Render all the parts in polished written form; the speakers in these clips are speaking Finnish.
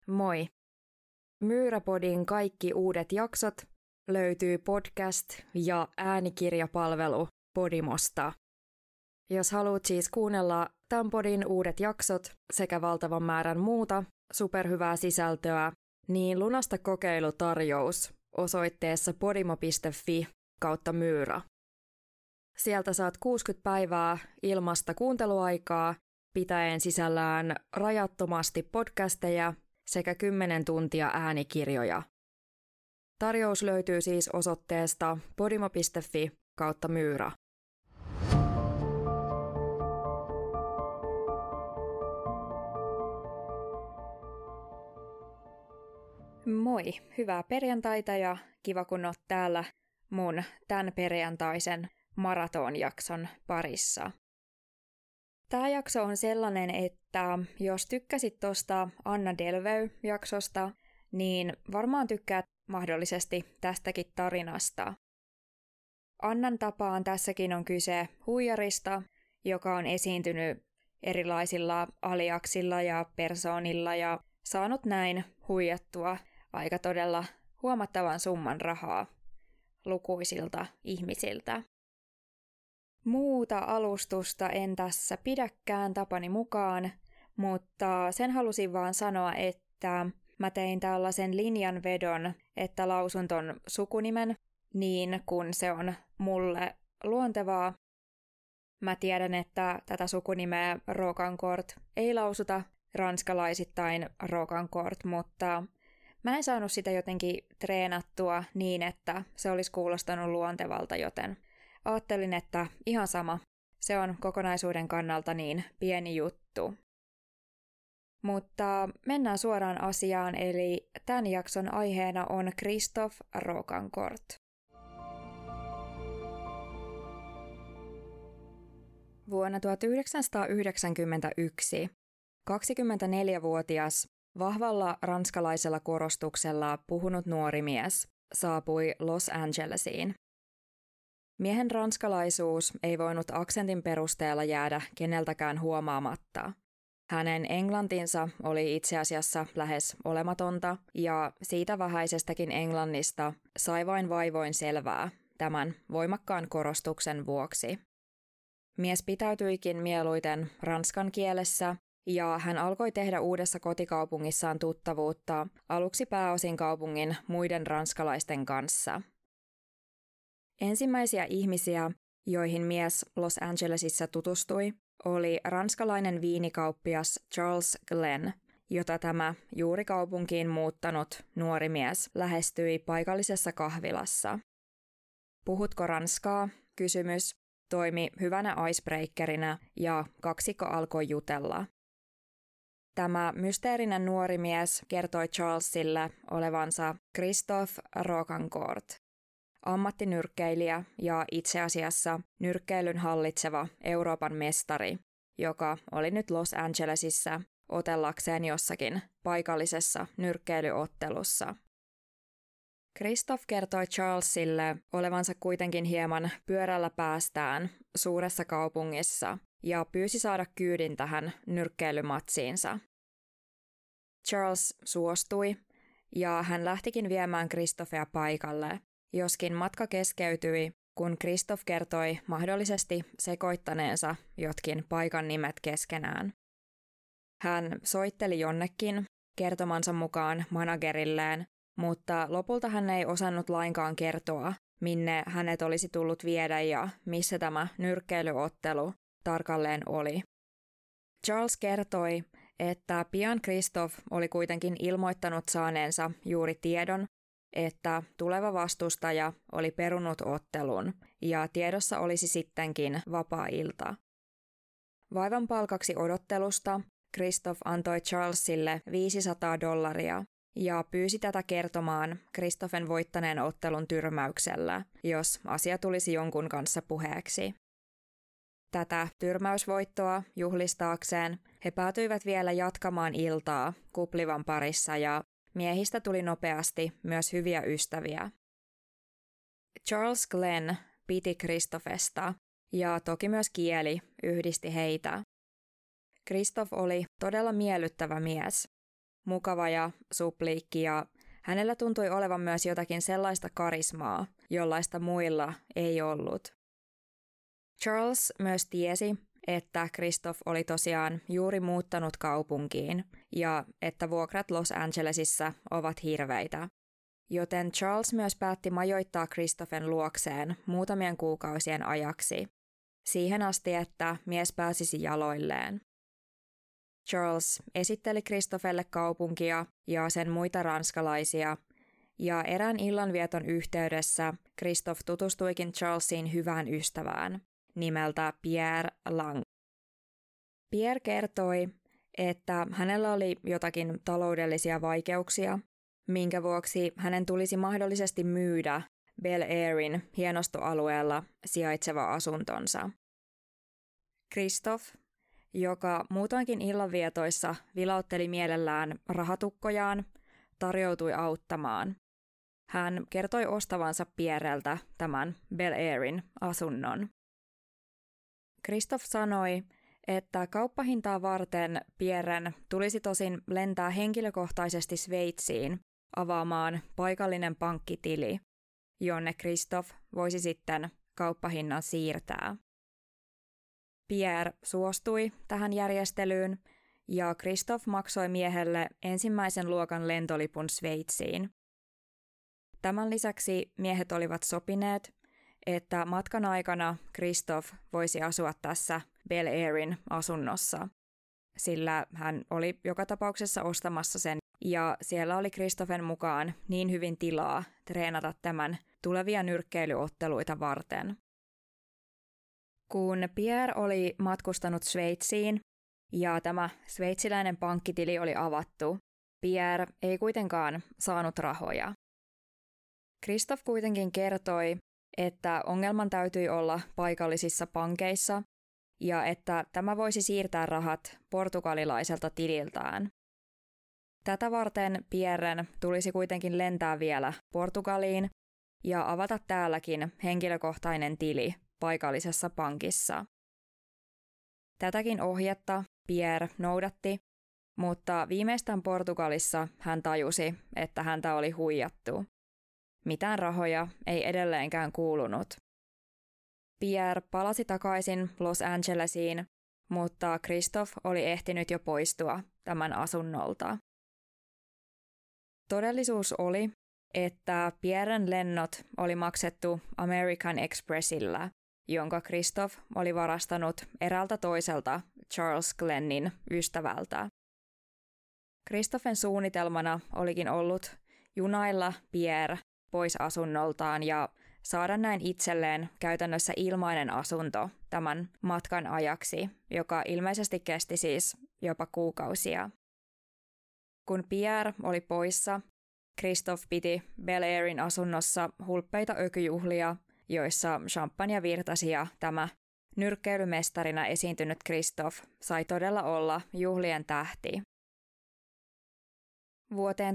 Moi! Myyräpodin kaikki uudet jaksot löytyy podcast- ja äänikirjapalvelu Podimosta. Jos haluat siis kuunnella tämän podin uudet jaksot sekä valtavan määrän muuta superhyvää sisältöä, niin lunasta kokeilutarjous osoitteessa podimo.fi/myyrä. Sieltä saat 60 päivää ilmasta kuunteluaikaa, pitäen sisällään rajattomasti podcasteja sekä 10 tuntia äänikirjoja. Tarjous löytyy siis osoitteesta podimo.fi/myyrä. Moi, hyvää perjantaita ja kiva kun oot täällä mun tämän perjantaisen maratonjakson parissa. Tämä jakso on sellainen, että jos tykkäsit tuosta Anna Delvey-jaksosta, niin varmaan tykkäät mahdollisesti tästäkin tarinasta. Annan tapaan tässäkin on kyse huijarista, joka on esiintynyt erilaisilla aliaksilla ja persoonilla ja saanut näin huijattua aika todella huomattavan summan rahaa lukuisilta ihmisiltä. Muuta alustusta en tässä pidäkään tapani mukaan, mutta sen halusin vaan sanoa, että mä tein tällaisen linjanvedon, että lausun ton sukunimen niin kun se on mulle luontevaa. Mä tiedän, että tätä sukunimeä Rocancourt ei lausuta ranskalaisittain Rocancourt, mutta mä en saanut sitä jotenkin treenattua niin, että se olisi kuulostanut luontevalta, joten ajattelin, että ihan sama, se on kokonaisuuden kannalta niin pieni juttu. Mutta mennään suoraan asiaan, eli tämän jakson aiheena on Christophe Rocancourt. Vuonna 1991 24-vuotias, vahvalla ranskalaisella korostuksella puhunut nuori mies saapui Los Angelesiin. Miehen ranskalaisuus ei voinut aksentin perusteella jäädä keneltäkään huomaamatta. Hänen englantinsa oli itse asiassa lähes olematonta, ja siitä vähäisestäkin englannista sai vain vaivoin selvää tämän voimakkaan korostuksen vuoksi. Mies pitäytyikin mieluiten ranskan kielessä, ja hän alkoi tehdä uudessa kotikaupungissaan tuttavuutta aluksi pääosin kaupungin muiden ranskalaisten kanssa. Ensimmäisiä ihmisiä, joihin mies Los Angelesissa tutustui, oli ranskalainen viinikauppias Charles Glenn, jota tämä juuri kaupunkiin muuttanut nuori mies lähestyi paikallisessa kahvilassa. "Puhutko ranskaa?" kysymys toimi hyvänä icebreakerinä ja kaksikko alkoi jutella. Tämä mysteerinen nuori mies kertoi Charlesille olevansa Christophe Rocancourt, ammattinyrkkeilijä ja itse asiassa nyrkkeilyn hallitseva Euroopan mestari, joka oli nyt Los Angelesissa otellakseen jossakin paikallisessa nyrkkeilyottelussa. Christophe kertoi Charlesille olevansa kuitenkin hieman pyörällä päästään suuressa kaupungissa ja pyysi saada kyydin tähän nyrkkeilymatsiinsa. Charles suostui ja hän lähtikin viemään Christophea paikalle, joskin matka keskeytyi, kun Christophe kertoi mahdollisesti sekoittaneensa jotkin paikan nimet keskenään. Hän soitteli jonnekin kertomansa mukaan managerilleen, mutta lopulta hän ei osannut lainkaan kertoa, minne hänet olisi tullut viedä ja missä tämä nyrkkeilyottelu tarkalleen oli. Charles kertoi, että pian Christophe oli kuitenkin ilmoittanut saaneensa juuri tiedon, että tuleva vastustaja oli perunut ottelun ja tiedossa olisi sittenkin vapaa-ilta. Vaivan palkaksi odottelusta Christophe antoi Charlesille $500 ja pyysi tätä kertomaan Christophen voittaneen ottelun tyrmäyksellä, jos asia tulisi jonkun kanssa puheeksi. Tätä tyrmäysvoittoa juhlistaakseen he päätyivät vielä jatkamaan iltaa kuplivan parissa ja miehistä tuli nopeasti myös hyviä ystäviä. Charles Glenn piti Christophesta ja toki myös kieli yhdisti heitä. Christophe oli todella miellyttävä mies, mukava ja supliikki ja hänellä tuntui olevan myös jotakin sellaista karismaa, jollaista muilla ei ollut. Charles myös tiesi, että Christoph oli tosiaan juuri muuttanut kaupunkiin ja että vuokrat Los Angelesissa ovat hirveitä. Joten Charles myös päätti majoittaa Christophen luokseen muutamien kuukausien ajaksi, siihen asti, että mies pääsisi jaloilleen. Charles esitteli Christophelle kaupunkia ja sen muita ranskalaisia, ja erään illanvieton yhteydessä Christophe tutustuikin Charlesin hyvään ystävään nimeltä Pierre Lang. Pierre kertoi, että hänellä oli jotakin taloudellisia vaikeuksia, minkä vuoksi hänen tulisi mahdollisesti myydä Bel Airin hienostoalueella sijaitseva asuntonsa. Christophe, joka muutoinkin illanvietoissa vilautteli mielellään rahatukkojaan, tarjoutui auttamaan. Hän kertoi ostavansa Pierreltä tämän Bel Airin asunnon. Christophe sanoi, että kauppahintaa varten Pierren tulisi tosin lentää henkilökohtaisesti Sveitsiin avaamaan paikallinen pankkitili, jonne Christophe voisi sitten kauppahinnan siirtää. Pierre suostui tähän järjestelyyn ja Christophe maksoi miehelle ensimmäisen luokan lentolipun Sveitsiin. Tämän lisäksi miehet olivat sopineet, että matkan aikana Christophe voisi asua tässä Bel Airin asunnossa, sillä hän oli joka tapauksessa ostamassa sen ja siellä oli Christophen mukaan niin hyvin tilaa treenata tämän tulevia nyrkkeilyotteluita varten. Kun Pierre oli matkustanut Sveitsiin ja tämä sveitsiläinen pankkitili oli avattu, Pierre ei kuitenkaan saanut rahoja. Christophe kuitenkin kertoi, että ongelman täytyi olla paikallisissa pankeissa ja että tämä voisi siirtää rahat portugalilaiselta tililtään. Tätä varten Pierren tulisi kuitenkin lentää vielä Portugaliin ja avata täälläkin henkilökohtainen tili paikallisessa pankissa. Tätäkin ohjetta Pierre noudatti, mutta viimeistään Portugalissa hän tajusi, että häntä oli huijattu. Mitään rahoja ei edelleenkään kuulunut. Pierre palasi takaisin Los Angelesiin, mutta Christophe oli ehtinyt jo poistua tämän asunnolta. Todellisuus oli, että Pierren lennot oli maksettu American Expressillä, jonka Christophe oli varastanut eräältä toiselta Charles Glennin ystävältä. Christophen suunnitelmana olikin ollut junailla Pierre pois asunnoltaan ja saada näin itselleen käytännössä ilmainen asunto tämän matkan ajaksi, joka ilmeisesti kesti siis jopa kuukausia. Kun Pierre oli poissa, Christophe piti Bel Airin asunnossa hulppeita ökyjuhlia, joissa champagne virtasi ja tämä nyrkkeilymestarina esiintynyt Christophe sai todella olla juhlien tähti. Vuoteen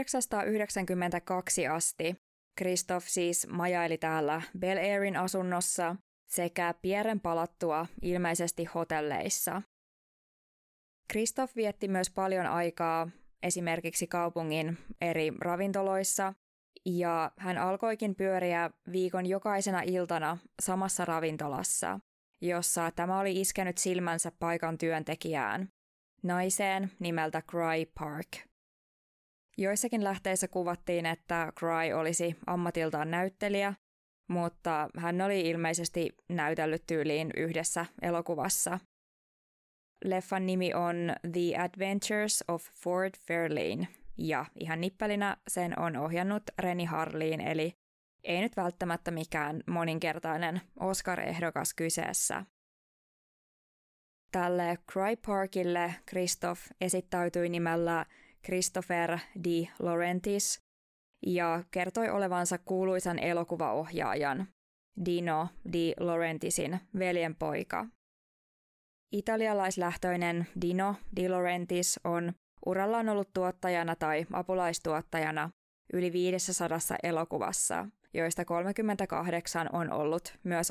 1992 asti Christophe siis majaili täällä Bel Airin asunnossa sekä Pierren palattua ilmeisesti hotelleissa. Christophe vietti myös paljon aikaa esimerkiksi kaupungin eri ravintoloissa ja hän alkoikin pyöriä viikon jokaisena iltana samassa ravintolassa, jossa tämä oli iskenyt silmänsä paikan työntekijään, naiseen nimeltä Cry Park. Joissakin lähteissä kuvattiin, että Cry olisi ammatiltaan näyttelijä, mutta hän oli ilmeisesti näytellyt tyyliin yhdessä elokuvassa. Leffan nimi on The Adventures of Ford Fairlane, ja ihan nippelinä sen on ohjannut Renny Harlin, eli ei nyt välttämättä mikään moninkertainen Oscar-ehdokas kyseessä. Tälle Cry Parkille Christophe esittäytyi nimellä Christopher de Laurentiis ja kertoi olevansa kuuluisan elokuvaohjaajan Dino de Laurentiisin veljenpoika. Italialaislähtöinen Dino de Laurentiis on urallaan ollut tuottajana tai apulaistuottajana yli 500 elokuvassa, joista 38 on ollut myös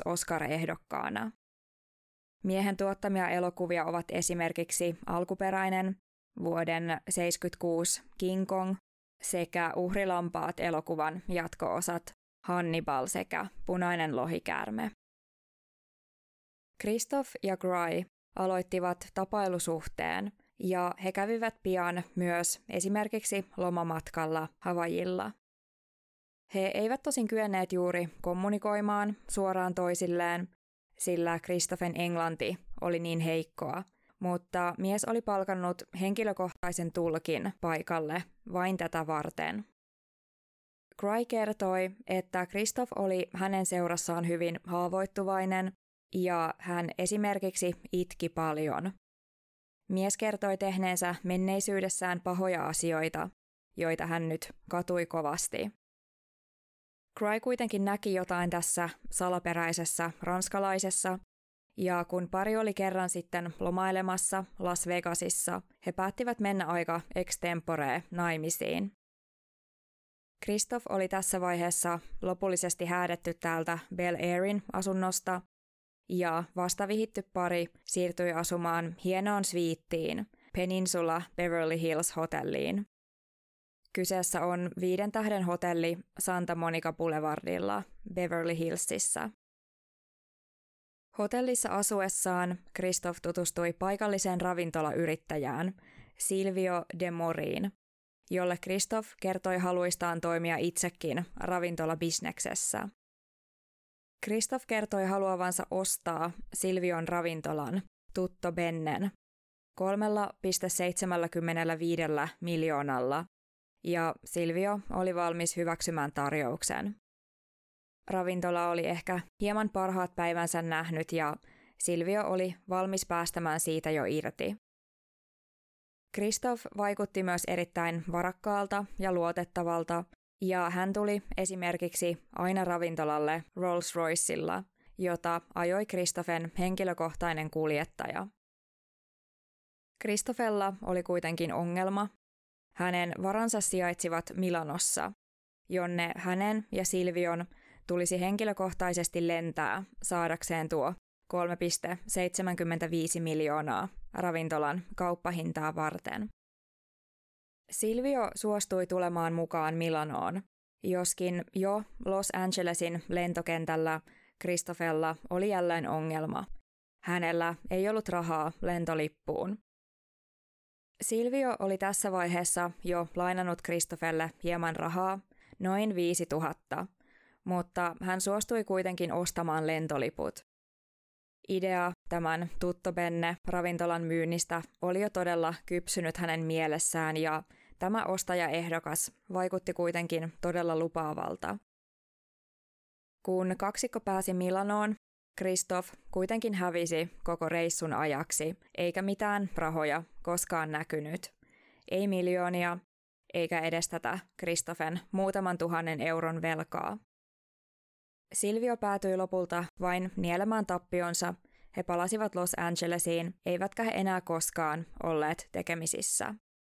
Oscar-ehdokkaana. Miehen tuottamia elokuvia ovat esimerkiksi alkuperäinen vuoden 1976 King Kong sekä Uhrilampaat elokuvan jatko-osat Hannibal sekä Punainen lohikäärme. Christoph ja Gry aloittivat tapailusuhteen ja he kävivät pian myös esimerkiksi lomamatkalla Havaijilla. He eivät tosin kyenneet juuri kommunikoimaan suoraan toisilleen, sillä Christophen englanti oli niin heikkoa, mutta mies oli palkannut henkilökohtaisen tulkin paikalle vain tätä varten. Gry kertoi, että Christoph oli hänen seurassaan hyvin haavoittuvainen ja hän esimerkiksi itki paljon. Mies kertoi tehneensä menneisyydessään pahoja asioita, joita hän nyt katui kovasti. Gry kuitenkin näki jotain tässä salaperäisessä ranskalaisessa, ja kun pari oli kerran sitten lomailemassa Las Vegasissa, he päättivät mennä aika extempore naimisiin. Christoph oli tässä vaiheessa lopullisesti häädetty täältä Bel Airin asunnosta, ja vastavihitty pari siirtyi asumaan hienoon sviittiin Peninsula Beverly Hills hotelliin. Kyseessä on 5 tähden hotelli Santa Monica Boulevardilla Beverly Hillsissä. Hotellissa asuessaan Christoph tutustui paikalliseen ravintolayrittäjään Silvio de Moriin, jolle Christoph kertoi haluistaan toimia itsekin ravintolabisneksessä. Christoph kertoi haluavansa ostaa Silvion ravintolan Tutto Bennen 3,75 miljoonalla, ja Silvio oli valmis hyväksymään tarjouksen. Ravintola oli ehkä hieman parhaat päivänsä nähnyt ja Silvio oli valmis päästämään siitä jo irti. Christoph vaikutti myös erittäin varakkaalta ja luotettavalta, ja hän tuli esimerkiksi aina ravintolalle Rolls-Roycella, jota ajoi Christophen henkilökohtainen kuljettaja. Christophella oli kuitenkin ongelma. Hänen varansa sijaitsivat Milanossa, jonne hänen ja Silvion tulisi henkilökohtaisesti lentää saadakseen tuo 3,75 miljoonaa ravintolan kauppahintaa varten. Silvio suostui tulemaan mukaan Milanoon, joskin jo Los Angelesin lentokentällä Christophella oli jälleen ongelma. Hänellä ei ollut rahaa lentolippuun. Silvio oli tässä vaiheessa jo lainannut Christophelle hieman rahaa, noin 5 000, mutta hän suostui kuitenkin ostamaan lentoliput. Idea tämän Tutto Benne ravintolan myynnistä oli jo todella kypsynyt hänen mielessään ja tämä ostajaehdokas vaikutti kuitenkin todella lupaavalta. Kun kaksikko pääsi Milanoon, Christoph kuitenkin hävisi koko reissun ajaksi, eikä mitään rahoja koskaan näkynyt. Ei miljoonia, eikä edes tätä Christophen muutaman 1000 euron velkaa. Silvio päätyi lopulta vain nielemään tappionsa. He palasivat Los Angelesiin, eivätkä he enää koskaan olleet tekemisissä.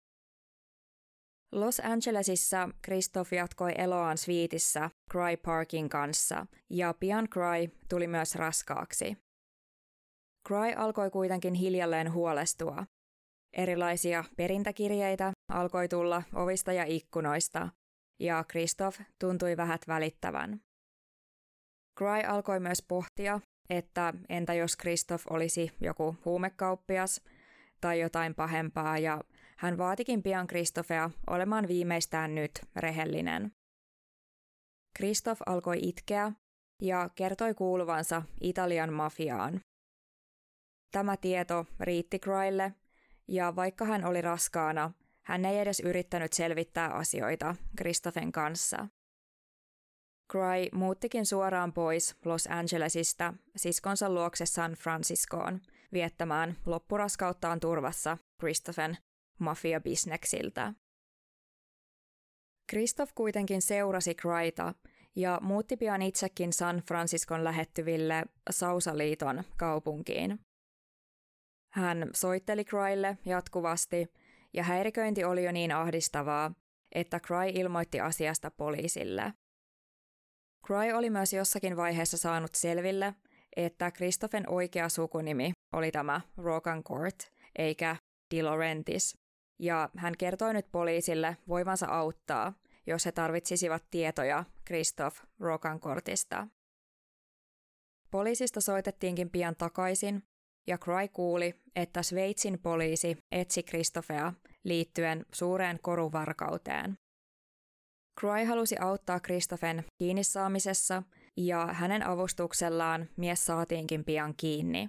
Los Angelesissa Christoph jatkoi eloaan sviitissä Gry Parkin kanssa, ja pian Gry tuli myös raskaaksi. Gry alkoi kuitenkin hiljalleen huolestua. Erilaisia perintäkirjeitä alkoi tulla ovista ja ikkunoista, ja Christoph tuntui vähät välittävän. Gry alkoi myös pohtia, että entä jos Christoph olisi joku huumekauppias tai jotain pahempaa, ja hän vaatikin pian Christophea olemaan viimeistään nyt rehellinen. Christoph alkoi itkeä ja kertoi kuuluvansa Italian mafiaan. Tämä tieto riitti Grylle, ja vaikka hän oli raskaana, hän ei edes yrittänyt selvittää asioita Christophen kanssa. Gry muuttikin suoraan pois Los Angelesista siskonsa luokse San Franciscoon viettämään loppuraskauttaan turvassa Christophen mafia-bisneksiltä. Christoph kuitenkin seurasi Gryta ja muutti pian itsekin San Franciscon lähettyville Sausaliiton kaupunkiin. Hän soitteli Grylle jatkuvasti ja häiriköinti oli jo niin ahdistavaa, että Gry ilmoitti asiasta poliisille. Gry oli myös jossakin vaiheessa saanut selville, että Christophen oikea sukunimi oli tämä Rocancourt eikä De Laurentiis, ja hän kertoi nyt poliisille voivansa auttaa, jos he tarvitsisivat tietoja Christophe Rocancourtista. Poliisista soitettiinkin pian takaisin, ja Cry kuuli, että Sveitsin poliisi etsi Christophea liittyen suureen koruvarkauteen. Cry halusi auttaa Christophen kiinni saamisessa, ja hänen avustuksellaan mies saatiinkin pian kiinni.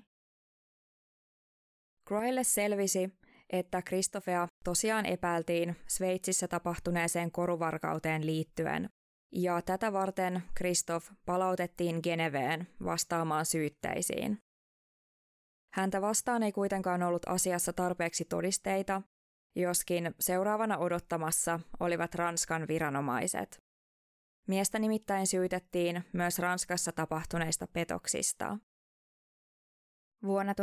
Crylle selvisi, että Christophea tosiaan epäiltiin Sveitsissä tapahtuneeseen koruvarkauteen liittyen, ja tätä varten Christophe palautettiin Geneveen vastaamaan syytteisiin. Häntä vastaan ei kuitenkaan ollut asiassa tarpeeksi todisteita, joskin seuraavana odottamassa olivat Ranskan viranomaiset. Miestä nimittäin syytettiin myös Ranskassa tapahtuneista petoksista. Vuonna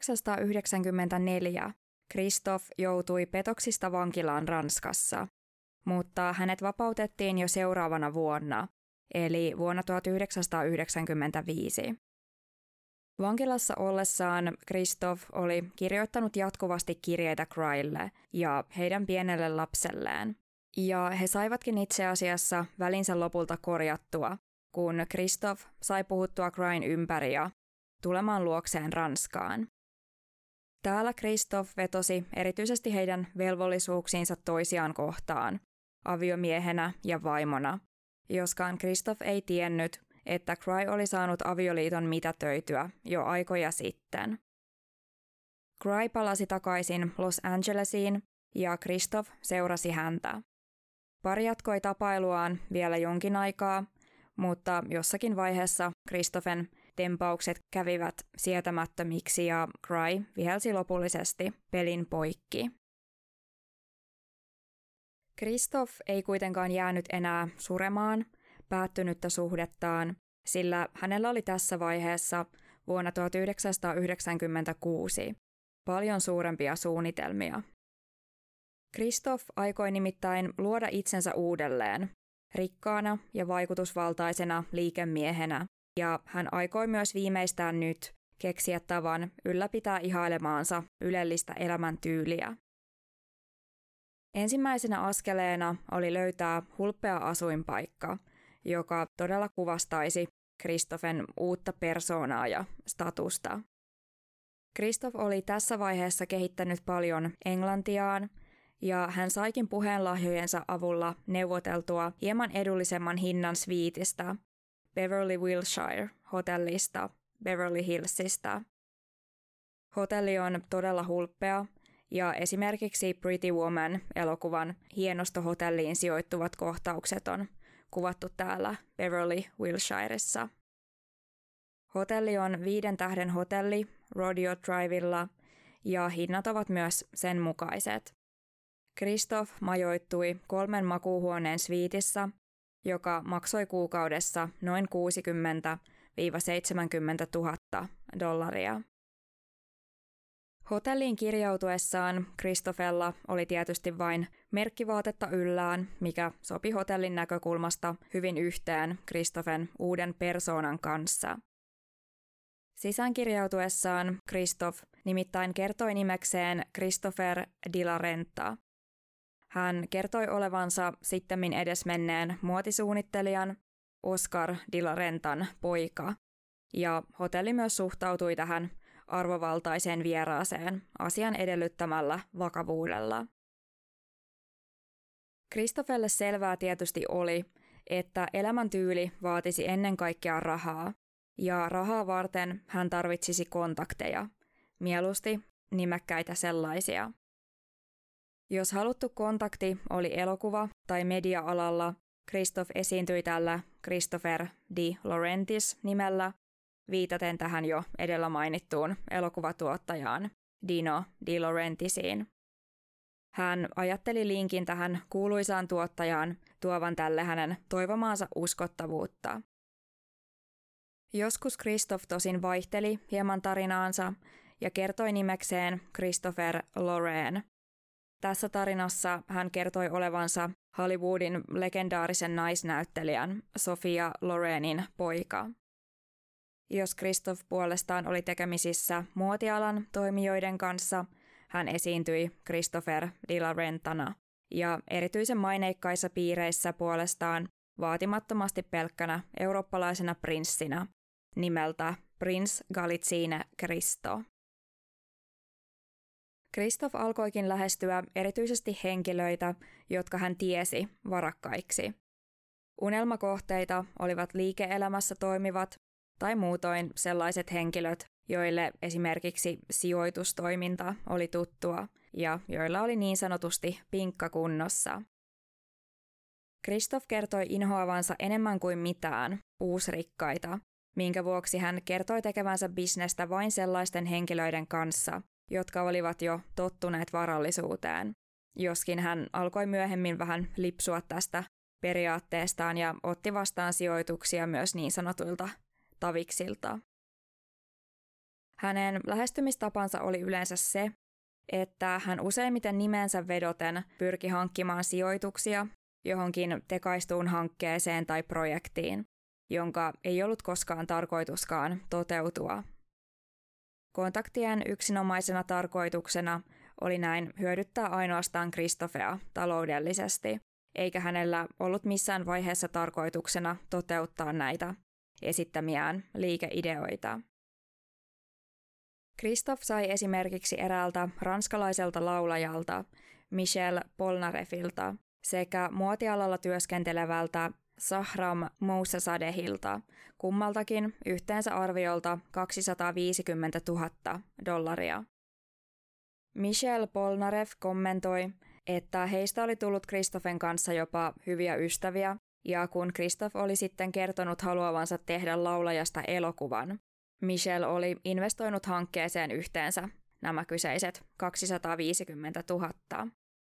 1994 Christophe joutui petoksista vankilaan Ranskassa, mutta hänet vapautettiin jo seuraavana vuonna, eli vuonna 1995. Vankilassa ollessaan Christophe oli kirjoittanut jatkuvasti kirjeitä Crylle ja heidän pienelle lapselleen, ja he saivatkin itse asiassa välinsä lopulta korjattua, kun Christophe sai puhuttua Cryn ympäri ja tulemaan luokseen Ranskaan. Täällä Christophe vetosi erityisesti heidän velvollisuuksiinsa toisiaan kohtaan, aviomiehenä ja vaimona, joskaan Christophe ei tiennyt, että Cry oli saanut avioliiton mitätöityä jo aikoja sitten. Cry palasi takaisin Los Angelesiin ja Christophe seurasi häntä. Pari jatkoi tapailuaan vielä jonkin aikaa, mutta jossakin vaiheessa Christophen tempaukset kävivät sietämättömiksi ja Cry vihelsi lopullisesti pelin poikki. Christophe ei kuitenkaan jäänyt enää suremaan päättynyttä suhdettaan, sillä hänellä oli tässä vaiheessa vuonna 1996 paljon suurempia suunnitelmia. Christophe aikoi nimittäin luoda itsensä uudelleen, rikkaana ja vaikutusvaltaisena liikemiehenä, ja hän aikoi myös viimeistään nyt keksiä tavan ylläpitää ihailemaansa ylellistä elämäntyyliä. Ensimmäisenä askeleena oli löytää hulppea asuinpaikka, joka todella kuvastaisi Christophen uutta persoonaa ja statusta. Christophe oli tässä vaiheessa kehittänyt paljon englantiaan, ja hän saikin puheenlahjojensa avulla neuvoteltua hieman edullisemman hinnan sviitistä Beverly Wilshire hotellista Beverly Hillsistä. Hotelli on todella hulppea, ja esimerkiksi Pretty Woman-elokuvan hienostohotelliin sijoittuvat kohtaukset on kuvattu täällä Beverly Wilshireissa. Hotelli on 5 tähden hotelli Rodeo Drivella, ja hinnat ovat myös sen mukaiset. Christophe majoittui 3 makuuhuoneen sviitissä, joka maksoi kuukaudessa noin 60 000–70 000 dollaria. Hotelliin kirjautuessaan Christophella oli tietysti vain merkkivaatetta yllään, mikä sopi hotellin näkökulmasta hyvin yhteen Christophen uuden persoonan kanssa. Sisäänkirjautuessaan Christophe nimittäin kertoi nimekseen Christopher de la Renta. Hän kertoi olevansa sittemmin edesmenneen muotisuunnittelijan Oscar de la Rentan poika, ja hotelli myös suhtautui tähän arvovaltaiseen vieraaseen asian edellyttämällä vakavuudella. Christophelle selvää tietysti oli, että elämäntyyli vaatisi ennen kaikkea rahaa, ja rahaa varten hän tarvitsisi kontakteja, mieluusti nimekkäitä sellaisia. Jos haluttu kontakti oli elokuva- tai media-alalla, Christophe esiintyi tällä Christopher de Laurentiis nimellä, viitaten tähän jo edellä mainittuun elokuvatuottajaan Dino De Laurentisiin. Hän ajatteli linkin tähän kuuluisaan tuottajaan tuovan tälle hänen toivomaansa uskottavuutta. Joskus Christophe tosin vaihteli hieman tarinaansa ja kertoi nimekseen Christopher Loren. Tässä tarinassa hän kertoi olevansa Hollywoodin legendaarisen naisnäyttelijän Sophia Lorenin poika. Jos Christophe puolestaan oli tekemisissä muotialan toimijoiden kanssa, hän esiintyi Christopher de la Rentana ja erityisen maineikkaissa piireissä puolestaan vaatimattomasti pelkkänä eurooppalaisena prinssinä nimeltä Prince Galitzine Christo. Christophe alkoikin lähestyä erityisesti henkilöitä, jotka hän tiesi varakkaiksi. Unelmakohteita olivat liike-elämässä toimivat tai muutoin sellaiset henkilöt, joille esimerkiksi sijoitustoiminta oli tuttua ja joilla oli niin sanotusti pinkka kunnossa. Christophe kertoi inhoavansa enemmän kuin mitään uusrikkaita, minkä vuoksi hän kertoi tekevänsä bisnestä vain sellaisten henkilöiden kanssa, jotka olivat jo tottuneet varallisuuteen, joskin hän alkoi myöhemmin vähän lipsua tästä periaatteestaan ja otti vastaan sijoituksia myös niin sanotuilta taviksilta. Hänen lähestymistapansa oli yleensä se, että hän useimmiten nimensä vedoten pyrki hankkimaan sijoituksia johonkin tekaistuun hankkeeseen tai projektiin, jonka ei ollut koskaan tarkoituskaan toteutua. Kontaktien yksinomaisena tarkoituksena oli näin hyödyttää ainoastaan Christophea taloudellisesti, eikä hänellä ollut missään vaiheessa tarkoituksena toteuttaa näitä esittämiään liikeideoita. Christophe sai esimerkiksi eräältä ranskalaiselta laulajalta Michel Polnareffilta sekä muotialalla työskentelevältä Sahram Moussasadehilta kummaltakin yhteensä arviolta $250,000. Michel Polnareff kommentoi, että heistä oli tullut Christophen kanssa jopa hyviä ystäviä, ja kun Christophe oli sitten kertonut haluavansa tehdä laulajasta elokuvan, Michel oli investoinut hankkeeseen yhteensä nämä kyseiset $250,000.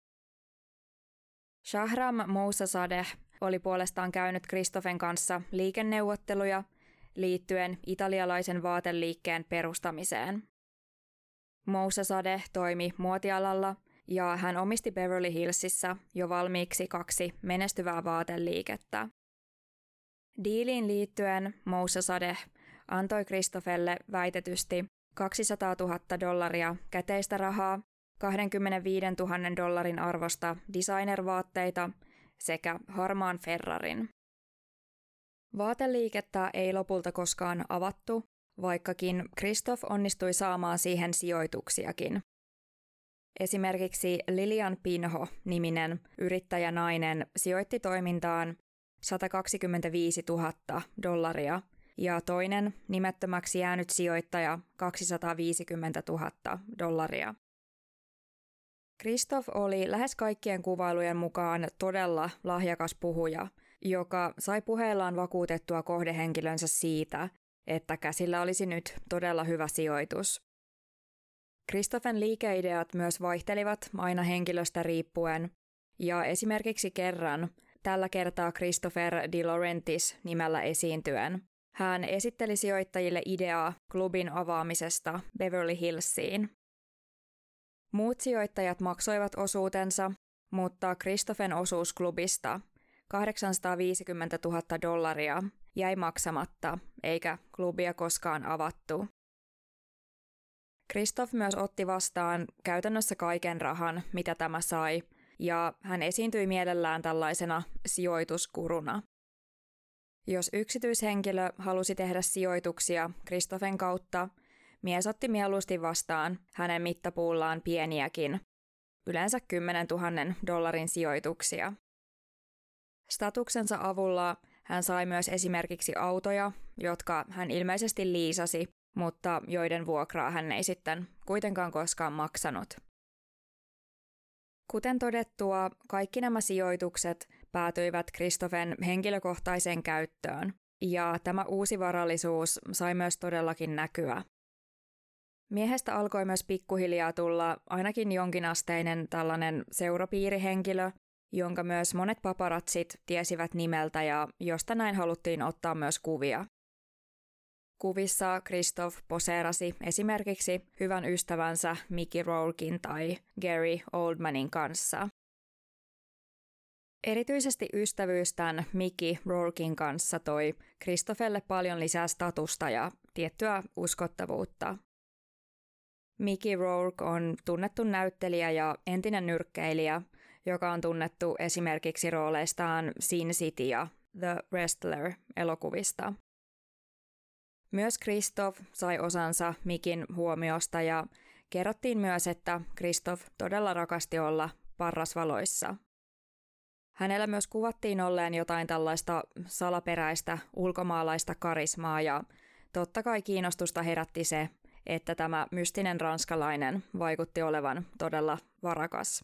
Shahram Moussasadeh oli puolestaan käynyt Christophen kanssa liikenneuvotteluja liittyen italialaisen vaateliikkeen perustamiseen. Moussasadeh toimi muotialalla ja hän omisti Beverly Hillsissä jo valmiiksi 2 menestyvää vaateliikettä. Diiliin liittyen Moussasadeh antoi Christophelle väitetysti $200,000 käteistä rahaa, $25,000 arvosta designervaatteita sekä harmaan Ferrarin. Vaateliikettä ei lopulta koskaan avattu, vaikkakin Christophe onnistui saamaan siihen sijoituksiakin. Esimerkiksi Lilian Pinho-niminen yrittäjänainen sijoitti toimintaan $125,000 ja toinen nimettömäksi jäänyt sijoittaja $250,000. Christophe oli lähes kaikkien kuvailujen mukaan todella lahjakas puhuja, joka sai puheellaan vakuutettua kohdehenkilönsä siitä, että käsillä olisi nyt todella hyvä sijoitus. Christophen liikeideat myös vaihtelivat aina henkilöstä riippuen, ja esimerkiksi kerran, tällä kertaa Christopher de Laurentiis nimellä esiintyen, hän esitteli sijoittajille ideaa klubin avaamisesta Beverly Hillsiin. Muut sijoittajat maksoivat osuutensa, mutta Christophen osuus klubista, $850,000, jäi maksamatta, eikä klubia koskaan avattu. Christophe myös otti vastaan käytännössä kaiken rahan, mitä tämä sai, ja hän esiintyi mielellään tällaisena sijoituskuruna. Jos yksityishenkilö halusi tehdä sijoituksia Christophen kautta, mies otti mieluusti vastaan hänen mittapuullaan pieniäkin, yleensä $10,000 sijoituksia. Statuksensa avulla hän sai myös esimerkiksi autoja, jotka hän ilmeisesti liisasi, mutta joiden vuokraa hän ei sitten kuitenkaan koskaan maksanut. Kuten todettua, kaikki nämä sijoitukset päätyivät Christophen henkilökohtaiseen käyttöön, ja tämä uusi varallisuus sai myös todellakin näkyä. Miehestä alkoi myös pikkuhiljaa tulla ainakin jonkinasteinen tällainen seurapiirihenkilö, jonka myös monet paparazzit tiesivät nimeltä ja josta näin haluttiin ottaa myös kuvia. Kuvissa Christophe poseerasi esimerkiksi hyvän ystävänsä Mickey Rourken tai Gary Oldmanin kanssa. Erityisesti ystävyys tämän Mickey Rourken kanssa toi Christophelle paljon lisää statusta ja tiettyä uskottavuutta. Mickey Rourke on tunnettu näyttelijä ja entinen nyrkkeilijä, joka on tunnettu esimerkiksi rooleistaan Sin City ja The Wrestler -elokuvista. Myös Christoph sai osansa Mickeyn huomiosta ja kerrottiin myös, että Christoph todella rakasti olla parrasvaloissa. Hänellä myös kuvattiin olleen jotain tällaista salaperäistä ulkomaalaista karismaa ja totta kai kiinnostusta herätti se, että tämä mystinen ranskalainen vaikutti olevan todella varakas.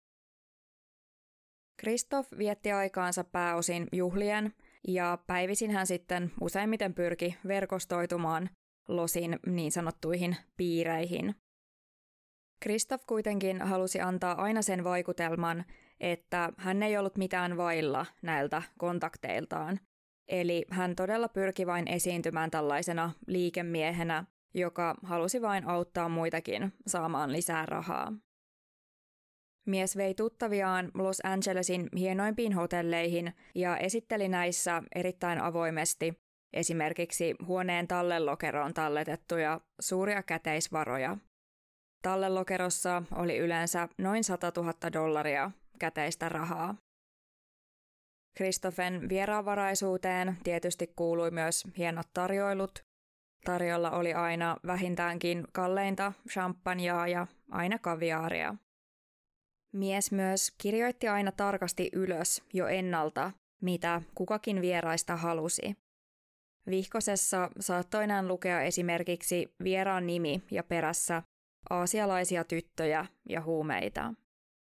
Christoph vietti aikaansa pääosin juhlien ja päivisin hän sitten useimmiten pyrki verkostoitumaan Losin niin sanottuihin piireihin. Christoph kuitenkin halusi antaa aina sen vaikutelman, että hän ei ollut mitään vailla näiltä kontakteiltaan. Eli hän todella pyrki vain esiintymään tällaisena liikemiehenä, joka halusi vain auttaa muitakin saamaan lisää rahaa. Mies vei tuttaviaan Los Angelesin hienoimpiin hotelleihin ja esitteli näissä erittäin avoimesti esimerkiksi huoneen tallelokeroon talletettuja suuria käteisvaroja. Tallelokerossa oli yleensä noin $100,000 käteistä rahaa. Christophen vieraanvaraisuuteen tietysti kuului myös hienot tarjoilut. Tarjolla oli aina vähintäänkin kalleinta champagnea ja aina kaviaaria. Mies myös kirjoitti aina tarkasti ylös jo ennalta, mitä kukakin vieraista halusi. Vihkosessa saattoi näin lukea esimerkiksi vieraan nimi ja perässä aasialaisia tyttöjä ja huumeita.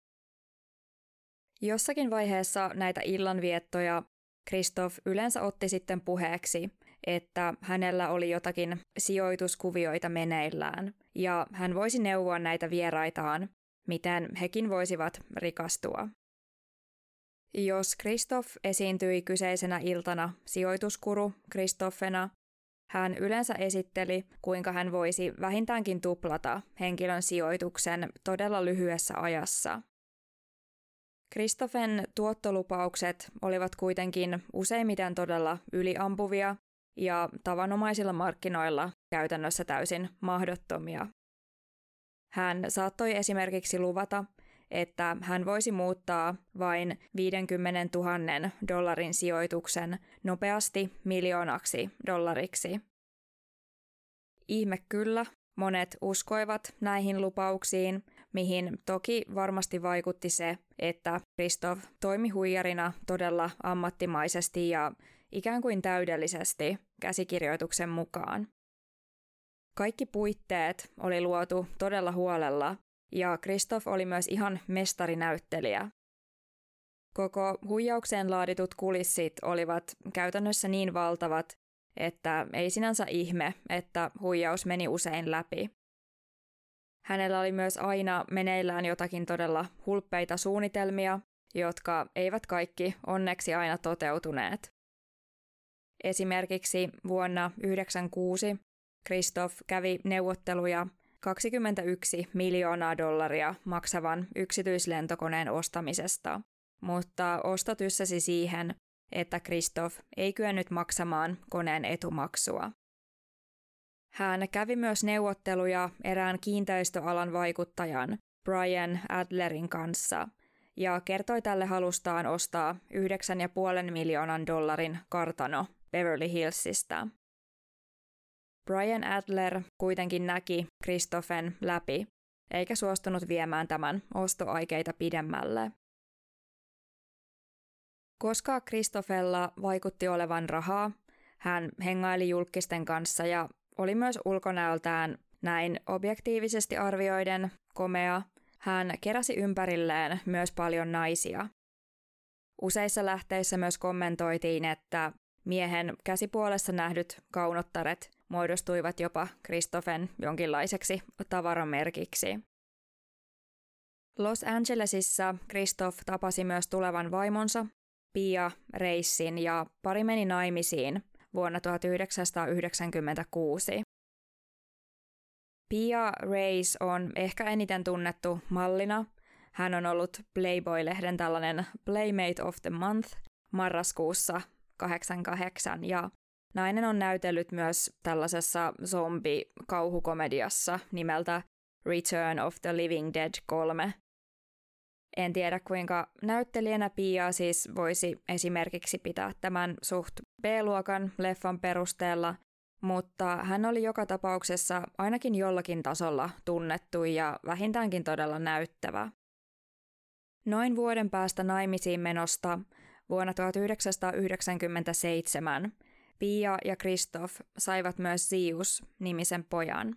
Jossakin vaiheessa näitä illanviettoja Christoph yleensä otti sitten puheeksi, että hänellä oli jotakin sijoituskuvioita meneillään ja hän voisi neuvoa näitä vieraitaan, miten hekin voisivat rikastua. Jos Christoph esiintyi kyseisenä iltana sijoituskuru Christophena, hän yleensä esitteli, kuinka hän voisi vähintäänkin tuplata henkilön sijoituksen todella lyhyessä ajassa. Christophen tuottolupaukset olivat kuitenkin useimmiten todella yliampuvia ja tavanomaisilla markkinoilla käytännössä täysin mahdottomia. Hän saattoi esimerkiksi luvata, että hän voisi muuttaa vain $50,000 sijoituksen nopeasti $1,000,000. Ihme kyllä, monet uskoivat näihin lupauksiin, mihin toki varmasti vaikutti se, että Christoph toimi huijarina todella ammattimaisesti ja ikään kuin täydellisesti käsikirjoituksen mukaan. Kaikki puitteet oli luotu todella huolella ja Christoph oli myös ihan mestarinäyttelijä. Koko huijaukseen laaditut kulissit olivat käytännössä niin valtavat, että ei sinänsä ihme, että huijaus meni usein läpi. Hänellä oli myös aina meneillään jotakin todella hulppeita suunnitelmia, jotka eivät kaikki onneksi aina toteutuneet. Esimerkiksi vuonna 1996 Christoph kävi neuvotteluja $21 miljoonaa maksavan yksityislentokoneen ostamisesta, mutta osto tyssäsi siihen, että Christoph ei kyennyt maksamaan koneen etumaksua. Hän kävi myös neuvotteluja erään kiinteistöalan vaikuttajan Brian Adlerin kanssa ja kertoi tälle halustaan ostaa $9,5 miljoonan kartano Beverly Hillsistä. Brian Adler kuitenkin näki Christophen läpi, eikä suostunut viemään tämän ostoaikeita pidemmälle. Koska Christophella vaikutti olevan rahaa, hän hengaili julkisten kanssa ja oli myös ulkonäöltään näin objektiivisesti arvioiden komea. Hän keräsi ympärilleen myös paljon naisia. Useissa lähteissä myös kommentoitiin, että miehen käsipuolessa nähdyt kaunottaret muodostuivat jopa Christophen jonkinlaiseksi tavaramerkiksi. Los Angelesissa Christoph tapasi myös tulevan vaimonsa, Pia Reissin, ja pari meni naimisiin vuonna 1996. Pia Reiss on ehkä eniten tunnettu mallina. Hän on ollut Playboy-lehden tällainen Playmate of the Month marraskuussa 1988 ja nainen on näytellyt myös tällaisessa zombi-kauhukomediassa nimeltä Return of the Living Dead 3. En tiedä, kuinka näyttelijänä Piaa siis voisi esimerkiksi pitää tämän suht B-luokan leffan perusteella, mutta hän oli joka tapauksessa ainakin jollakin tasolla tunnettu ja vähintäänkin todella näyttävä. Noin vuoden päästä naimisiin menosta vuonna 1997 Pia ja Christoph saivat myös Zeus-nimisen pojan.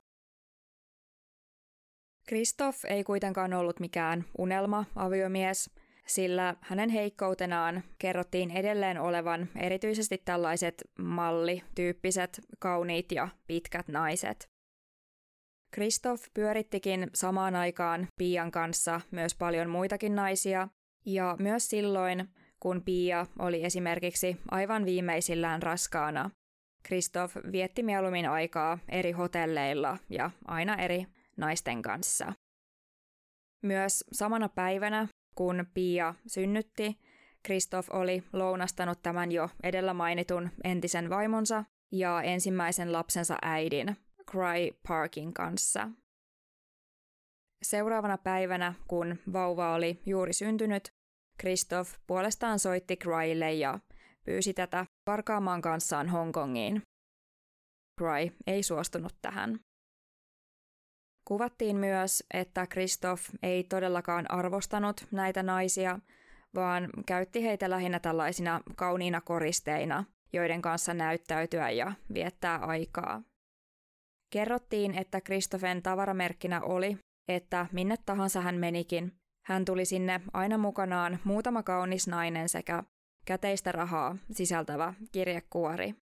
Christoph ei kuitenkaan ollut mikään unelma-aviomies, sillä hänen heikkoutenaan kerrottiin edelleen olevan erityisesti tällaiset mallityyppiset, kauniit ja pitkät naiset. Christoph pyörittikin samaan aikaan Pian kanssa myös paljon muitakin naisia, ja myös silloin, kun Pia oli esimerkiksi aivan viimeisillään raskaana, Christoph vietti mieluummin aikaa eri hotelleilla ja aina eri naisten kanssa. Myös samana päivänä, kun Pia synnytti, Christoph oli lounastanut tämän jo edellä mainitun entisen vaimonsa ja ensimmäisen lapsensa äidin, Cry Parkin kanssa. Seuraavana päivänä, kun vauva oli juuri syntynyt, Christoph puolestaan soitti Crylle ja pyysi tätä karkaamaan kanssaan Hongkongiin. Cry ei suostunut tähän. Kuvattiin myös, että Christoph ei todellakaan arvostanut näitä naisia, vaan käytti heitä lähinnä tällaisina kauniina koristeina, joiden kanssa näyttäytyä ja viettää aikaa. Kerrottiin, että Christophen tavaramerkkinä oli, että minne tahansa hän menikin, hän tuli sinne aina mukanaan muutama kaunis nainen sekä käteistä rahaa sisältävä kirjekuori.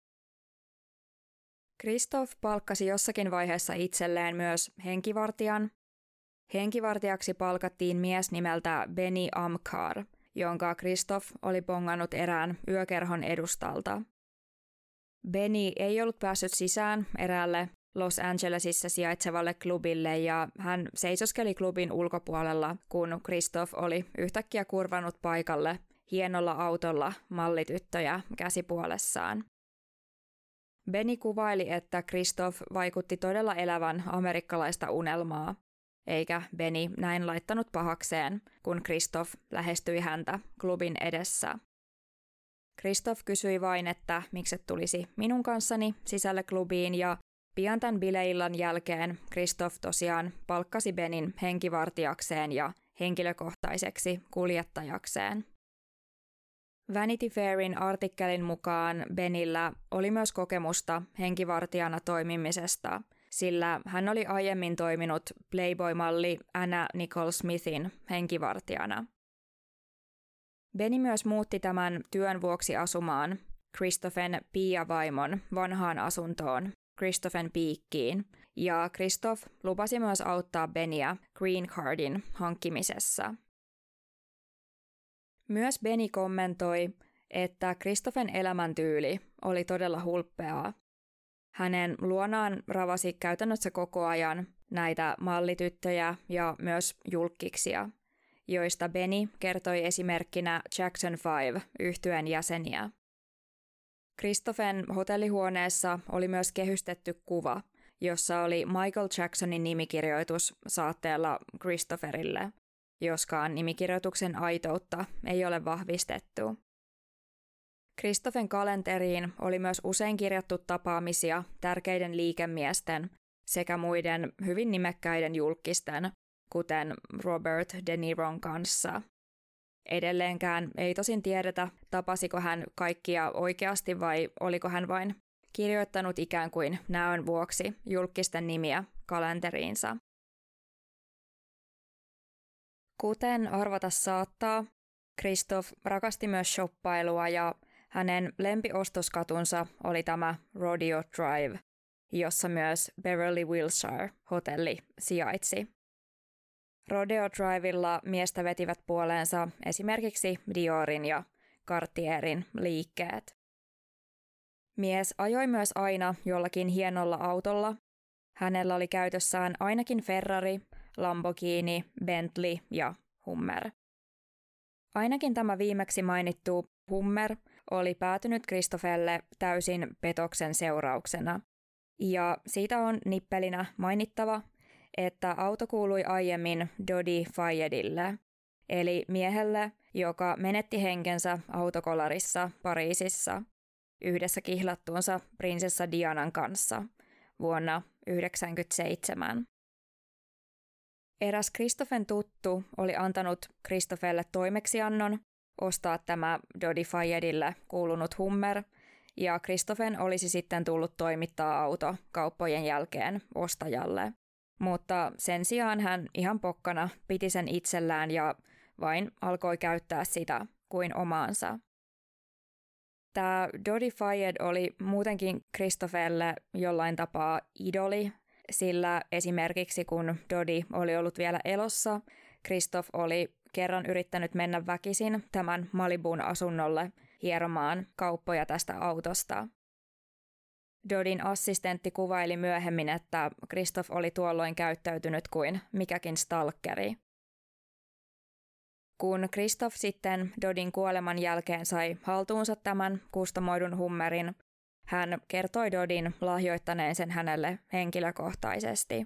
Christoph palkkasi jossakin vaiheessa itselleen myös henkivartijan. Henkivartijaksi palkattiin mies nimeltä Benny Amkar, jonka Christoph oli bongannut erään yökerhon edustalta. Benny ei ollut päässyt sisään eräälle Los Angelesissa sijaitsevalle klubille ja hän seisoskeli klubin ulkopuolella, kun Christoph oli yhtäkkiä kurvannut paikalle hienolla autolla mallityttöjä käsipuolessaan. Benny kuvaili, että Christoph vaikutti todella elävän amerikkalaista unelmaa, eikä Benny näin laittanut pahakseen, kun Christoph lähestyi häntä klubin edessä. Christoph kysyi vain, että mikset tulisi minun kanssani sisälle klubiin ja pian tämän bileillan jälkeen Christoph tosiaan palkkasi Benin henkivartijakseen ja henkilökohtaiseksi kuljettajakseen. Vanity Fairin artikkelin mukaan Benillä oli myös kokemusta henkivartijana toimimisesta, sillä hän oli aiemmin toiminut Playboy-malli Anna Nicole Smithin henkivartijana. Benny myös muutti tämän työn vuoksi asumaan Christophen Pia-vaimon vanhaan asuntoon Christophen Peakkiin, ja Christoph lupasi myös auttaa Bennyä Green Cardin hankkimisessa. Myös Benny kommentoi, että Christophen elämäntyyli oli todella hulppeaa. Hänen luonaan ravasi käytännössä koko ajan näitä mallityttöjä ja myös julkkiksia, joista Benny kertoi esimerkkinä Jackson 5 -yhtyeen jäseniä. Christophen hotellihuoneessa oli myös kehystetty kuva, jossa oli Michael Jacksonin nimikirjoitus saatteella Christopherille, joskaan nimikirjoituksen aitoutta ei ole vahvistettu. Christophen kalenteriin oli myös usein kirjattu tapaamisia tärkeiden liikemiesten sekä muiden hyvin nimekkäiden julkkisten, kuten Robert De Niron kanssa. Edelleenkään ei tosin tiedetä, tapasiko hän kaikkia oikeasti vai oliko hän vain kirjoittanut ikään kuin näön vuoksi julkkisten nimiä kalenteriinsa. Kuten arvata saattaa, Christoph rakasti myös shoppailua ja hänen lempiostoskatunsa oli tämä Rodeo Drive, jossa myös Beverly Wilshire-hotelli sijaitsi. Rodeo Drivella miestä vetivät puoleensa esimerkiksi Diorin ja Cartierin liikkeet. Mies ajoi myös aina jollakin hienolla autolla. Hänellä oli käytössään ainakin Ferrari, Lamborghini, Bentley ja Hummer. Ainakin tämä viimeksi mainittu Hummer oli päätynyt Christophelle täysin petoksen seurauksena. Ja siitä on nippelinä mainittava, että auto kuului aiemmin Dodi Fayedille, eli miehelle, joka menetti henkensä autokolarissa Pariisissa yhdessä kihlattuunsa prinsessa Dianan kanssa vuonna 1997. Eräs Christophen tuttu oli antanut Christophelle toimeksiannon ostaa tämä Dodi Fayedille kuulunut Hummer, ja Christophen olisi sitten tullut toimittaa auto kauppojen jälkeen ostajalle. Mutta sen sijaan hän ihan pokkana piti sen itsellään ja vain alkoi käyttää sitä kuin omaansa. Tämä Dodi Fayed oli muutenkin Christophelle jollain tapaa idoli, sillä esimerkiksi kun Dodi oli ollut vielä elossa, Christophe oli kerran yrittänyt mennä väkisin tämän Malibun asunnolle hieromaan kauppoja tästä autosta. Dodin assistentti kuvaili myöhemmin, että Christophe oli tuolloin käyttäytynyt kuin mikäkin stalkeri. Kun Christophe sitten Dodin kuoleman jälkeen sai haltuunsa tämän kustomoidun Hummerin, hän kertoi Dodin lahjoittaneen sen hänelle henkilökohtaisesti.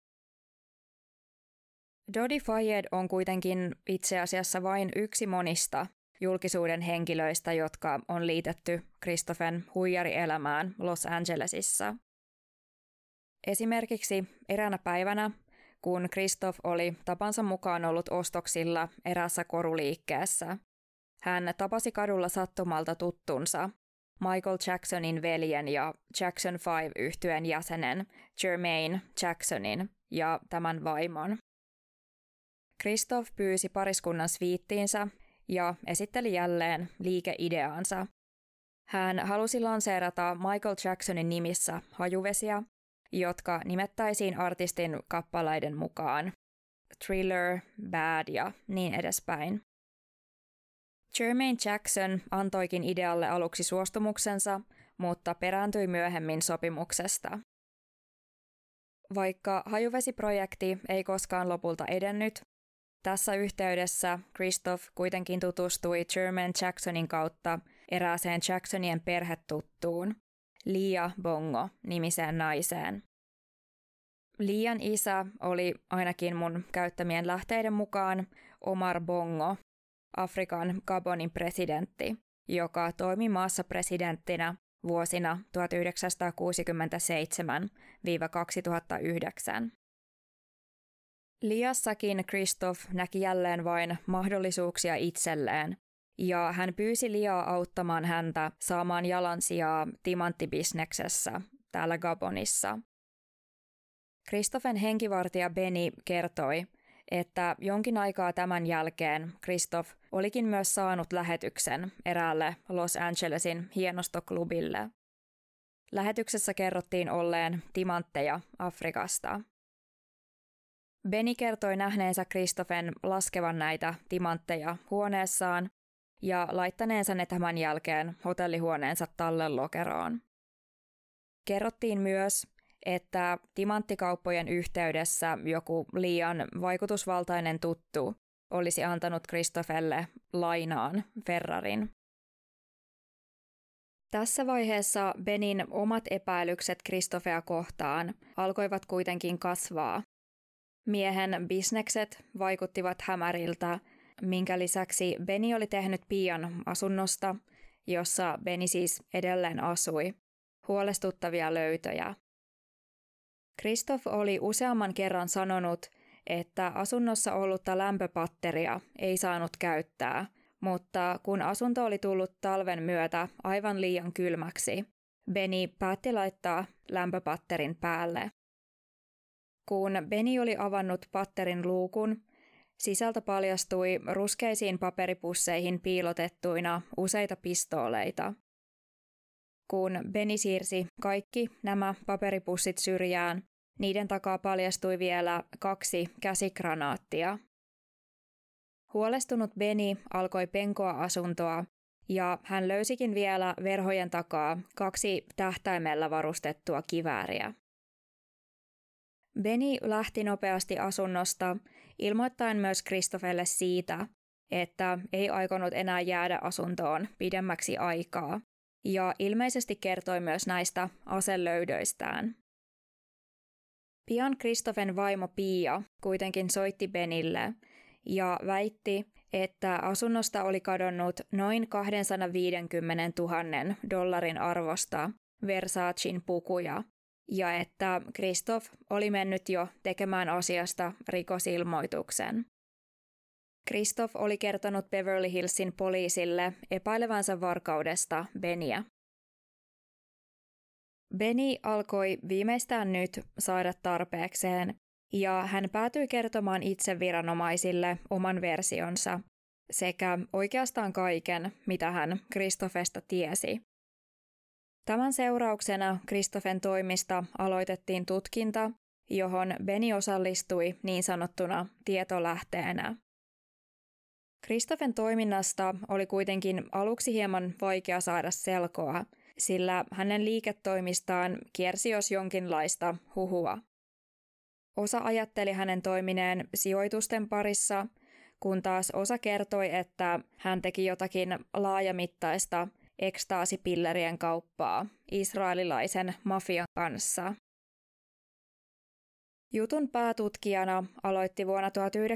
Dodi Fayed on kuitenkin itse asiassa vain yksi monista julkisuuden henkilöistä, jotka on liitetty Christophen huijarielämään Los Angelesissa. Esimerkiksi eräänä päivänä, kun Christophe oli tapansa mukaan ollut ostoksilla eräässä koruliikkeessä, hän tapasi kadulla sattumalta tuttunsa, Michael Jacksonin veljen ja Jackson 5-yhtyeen jäsenen Jermaine Jacksonin ja tämän vaimon. Christophe pyysi pariskunnan sviittiinsä ja esitteli jälleen liikeideaansa. Hän halusi lanseerata Michael Jacksonin nimissä hajuvesiä, jotka nimettäisiin artistin kappaleiden mukaan Thriller, Bad ja niin edespäin. Jermaine Jackson antoikin idealle aluksi suostumuksensa, mutta perääntyi myöhemmin sopimuksesta. Vaikka hajuvesiprojekti ei koskaan lopulta edennyt, tässä yhteydessä Christophe kuitenkin tutustui Jermaine Jacksonin kautta erääseen Jacksonien perhetuttuun, Leah Bongo-nimiseen naiseen. Leahan isä oli ainakin mun käyttämien lähteiden mukaan Omar Bongo, Afrikan Gabonin presidentti, joka toimi maassa presidenttinä vuosina 1967–2009. Leahssakin Christophe näki jälleen vain mahdollisuuksia itselleen, ja hän pyysi Leah auttamaan häntä saamaan jalansijaa timanttibisneksessä täällä Gabonissa. Christophen henkivartija Benny kertoi, että jonkin aikaa tämän jälkeen Christophe olikin myös saanut lähetyksen eräälle Los Angelesin hienostoklubille. Lähetyksessä kerrottiin olleen timantteja Afrikasta. Benny kertoi nähneensä Christophen laskevan näitä timantteja huoneessaan ja laittaneensa ne tämän jälkeen hotellihuoneensa tallenlokeroon. Kerrottiin myös, että timanttikauppojen yhteydessä joku liian vaikutusvaltainen tuttu olisi antanut Christophelle lainaan Ferrarin. Tässä vaiheessa Benin omat epäilykset Christophea kohtaan alkoivat kuitenkin kasvaa. Miehen bisnekset vaikuttivat hämäriltä, minkä lisäksi Benny oli tehnyt pian asunnosta, jossa Benny siis edelleen asui, huolestuttavia löytöjä. Christophe oli useamman kerran sanonut, että asunnossa ollutta lämpöpatteria ei saanut käyttää, mutta kun asunto oli tullut talven myötä aivan liian kylmäksi, Benny päätti laittaa lämpöpatterin päälle. Kun Benny oli avannut patterin luukun, sisältä paljastui ruskeisiin paperipusseihin piilotettuina useita pistooleita. Kun Benny siirsi kaikki nämä paperipussit syrjään, niiden takaa paljastui vielä 2 käsikranaattia. Huolestunut Benny alkoi penkoa asuntoa ja hän löysikin vielä verhojen takaa 2 tähtäimellä varustettua kivääriä. Benny lähti nopeasti asunnosta, ilmoittaen myös Christophelle siitä, että ei aikonut enää jäädä asuntoon pidemmäksi aikaa, ja ilmeisesti kertoi myös näistä aselöydöistään. Pian Christophen vaimo Pia kuitenkin soitti Benille ja väitti, että asunnosta oli kadonnut noin 250 000 dollarin arvosta Versacen pukuja ja että Christoph oli mennyt jo tekemään asiasta rikosilmoituksen. Christoph oli kertonut Beverly Hillsin poliisille epäilevänsä varkaudesta Beniä. Benny alkoi viimeistään nyt saada tarpeekseen ja hän päätyi kertomaan itse viranomaisille oman versionsa sekä oikeastaan kaiken, mitä hän Christophesta tiesi. Tämän seurauksena Christophen toimista aloitettiin tutkinta, johon Benny osallistui niin sanottuna tietolähteenä. Christophen toiminnasta oli kuitenkin aluksi hieman vaikea saada selkoa, sillä hänen liiketoimistaan kiersi jos jonkinlaista huhua. Osa ajatteli hänen toimineen sijoitusten parissa, kun taas osa kertoi, että hän teki jotakin laajamittaista ekstaasipillerien kauppaa israelilaisen mafian kanssa. Jutun päätutkijana aloitti vuonna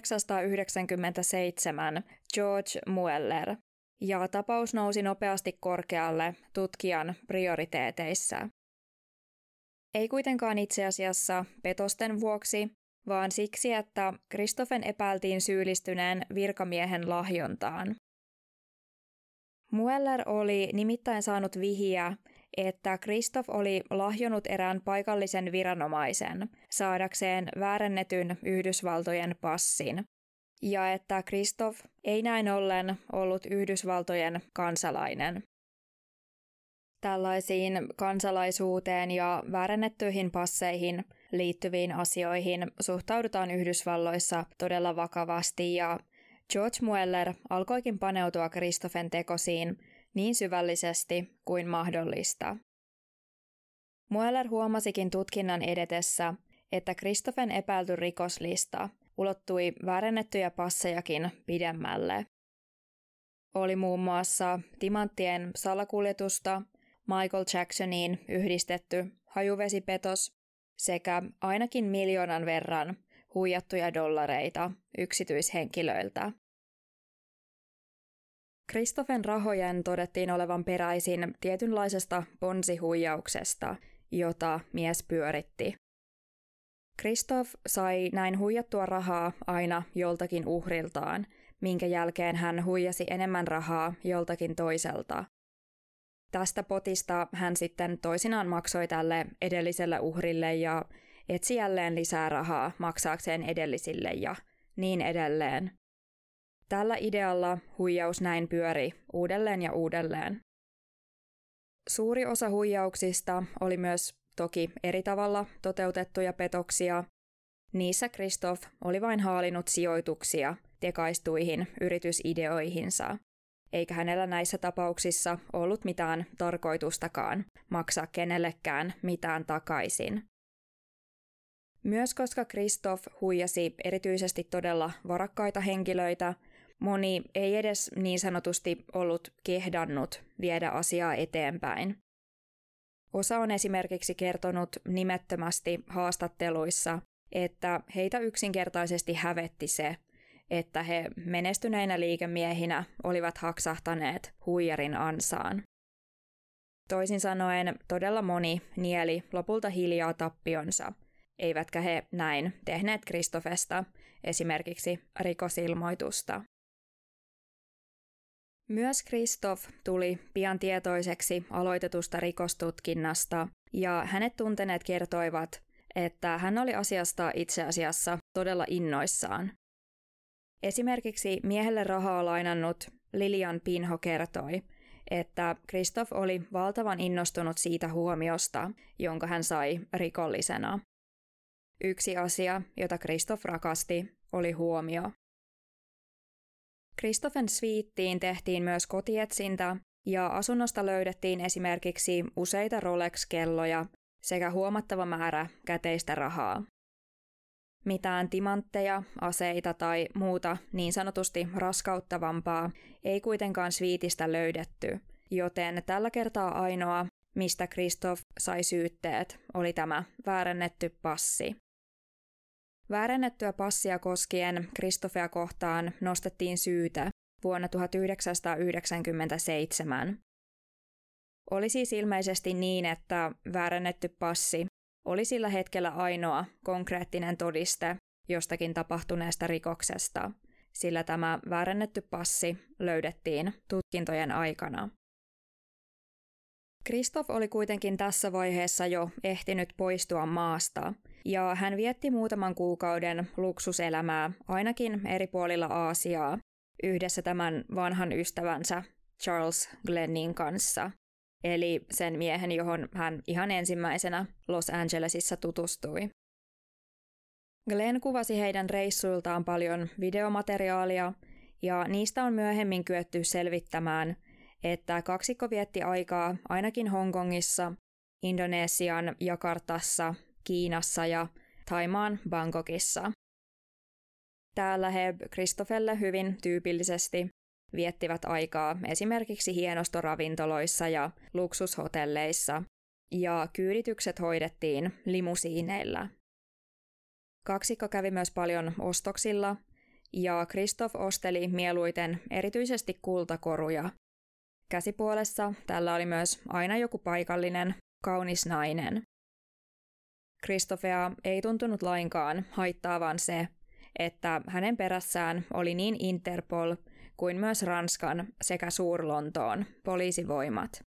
1997 George Mueller, ja tapaus nousi nopeasti korkealle tutkijan prioriteeteissa. Ei kuitenkaan itse asiassa petosten vuoksi, vaan siksi, että Christophen epäiltiin syyllistyneen virkamiehen lahjontaan. Mueller oli nimittäin saanut vihiä, että Christoph oli lahjonut erään paikallisen viranomaisen saadakseen väärennetyn Yhdysvaltojen passin, ja että Christoph ei näin ollen ollut Yhdysvaltojen kansalainen. Tällaisiin kansalaisuuteen ja väärennettyihin passeihin liittyviin asioihin suhtaudutaan Yhdysvalloissa todella vakavasti ja George Mueller alkoikin paneutua Christophen tekosiin niin syvällisesti kuin mahdollista. Mueller huomasikin tutkinnan edetessä, että Christophen epäilty rikoslista ulottui väärennettyjä passejakin pidemmälle. Oli muun muassa timanttien salakuljetusta, Michael Jacksoniin yhdistetty hajuvesipetos sekä ainakin 1 miljoonan verran huijattuja dollareita yksityishenkilöiltä. Christophen rahojen todettiin olevan peräisin tietynlaisesta ponsihuijauksesta, jota mies pyöritti. Christoph sai näin huijattua rahaa aina joltakin uhriltaan, minkä jälkeen hän huijasi enemmän rahaa joltakin toiselta. Tästä potista hän sitten toisinaan maksoi tälle edelliselle uhrille ja etsi jälleen lisää rahaa maksaakseen edellisille ja niin edelleen. Tällä idealla huijaus näin pyöri uudelleen ja uudelleen. Suuri osa huijauksista oli myös toki eri tavalla toteutettuja petoksia. Niissä Christoph oli vain haalinut sijoituksia tekaistuihin yritysideoihinsa, eikä hänellä näissä tapauksissa ollut mitään tarkoitustakaan maksaa kenellekään mitään takaisin. Myös koska Christoph huijasi erityisesti todella varakkaita henkilöitä, moni ei edes niin sanotusti ollut kehdannut viedä asiaa eteenpäin. Osa on esimerkiksi kertonut nimettömästi haastatteluissa, että heitä yksinkertaisesti hävetti se, että he menestyneinä liikemiehinä olivat haksahtaneet huijarin ansaan. Toisin sanoen todella moni nieli lopulta hiljaa tappionsa, eivätkä he näin tehneet Christophesta esimerkiksi rikosilmoitusta. Myös Christoph tuli pian tietoiseksi aloitetusta rikostutkinnasta ja hänet tunteneet kertoivat, että hän oli asiasta itse asiassa todella innoissaan. Esimerkiksi miehelle rahaa lainannut Lilian Pinho kertoi, että Christoph oli valtavan innostunut siitä huomiosta, jonka hän sai rikollisena. Yksi asia, jota Christoph rakasti, oli huomio. Christophen sviittiin tehtiin myös kotietsintä ja asunnosta löydettiin esimerkiksi useita Rolex-kelloja sekä huomattava määrä käteistä rahaa. Mitään timantteja, aseita tai muuta niin sanotusti raskauttavampaa ei kuitenkaan sviitistä löydetty, joten tällä kertaa ainoa, mistä Christoph sai syytteet, oli tämä väärennetty passi. Väärennettyä passia koskien Christophea kohtaan nostettiin syyte vuonna 1997. Oli siis ilmeisesti niin, että väärennetty passi oli sillä hetkellä ainoa konkreettinen todiste jostakin tapahtuneesta rikoksesta, sillä tämä väärennetty passi löydettiin tutkintojen aikana. Christoph oli kuitenkin tässä vaiheessa jo ehtinyt poistua maasta, ja hän vietti muutaman kuukauden luksuselämää ainakin eri puolilla Aasiaa yhdessä tämän vanhan ystävänsä Charles Glennin kanssa, eli sen miehen, johon hän ihan ensimmäisenä Los Angelesissa tutustui. Glenn kuvasi heidän reissuiltaan paljon videomateriaalia, ja niistä on myöhemmin kyetty selvittämään, että kaksikko vietti aikaa ainakin Hongkongissa, Indonesian Jakartassa, Kiinassa ja Thaimaan Bangkokissa. Täällä he Christophelle hyvin tyypillisesti viettivät aikaa esimerkiksi hienostoravintoloissa ja luksushotelleissa, ja kyyditykset hoidettiin limusiineilla. Kaksikko kävi myös paljon ostoksilla, ja Christoph osteli mieluiten erityisesti kultakoruja. Käsipuolessa tällä oli myös aina joku paikallinen, kaunis nainen. Christophea ei tuntunut lainkaan haittaavan se, että hänen perässään oli niin Interpol kuin myös Ranskan sekä Suur-Lontoon poliisivoimat.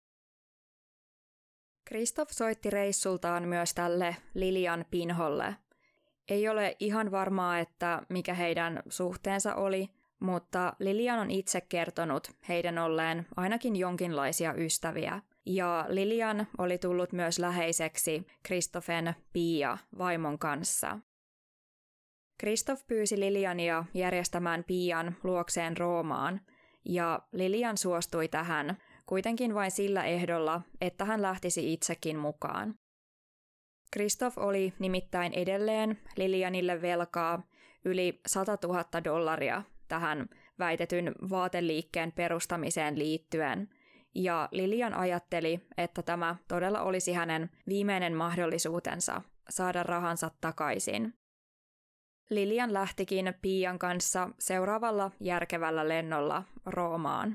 Christoph soitti reissultaan myös tälle Lilian Pinholle. Ei ole ihan varmaa, että mikä heidän suhteensa oli, mutta Lilian on itse kertonut heidän olleen ainakin jonkinlaisia ystäviä. Ja Lilian oli tullut myös läheiseksi Christophen Pia-vaimon kanssa. Christoph pyysi Liliania järjestämään Pian luokseen Roomaan, ja Lilian suostui tähän, kuitenkin vain sillä ehdolla, että hän lähtisi itsekin mukaan. Christoph oli nimittäin edelleen Lilianille velkaa yli $100,000 tähän väitetyn vaateliikkeen perustamiseen liittyen, ja Lilian ajatteli, että tämä todella olisi hänen viimeinen mahdollisuutensa saada rahansa takaisin. Lilian lähtikin Pian kanssa seuraavalla järkevällä lennolla Roomaan.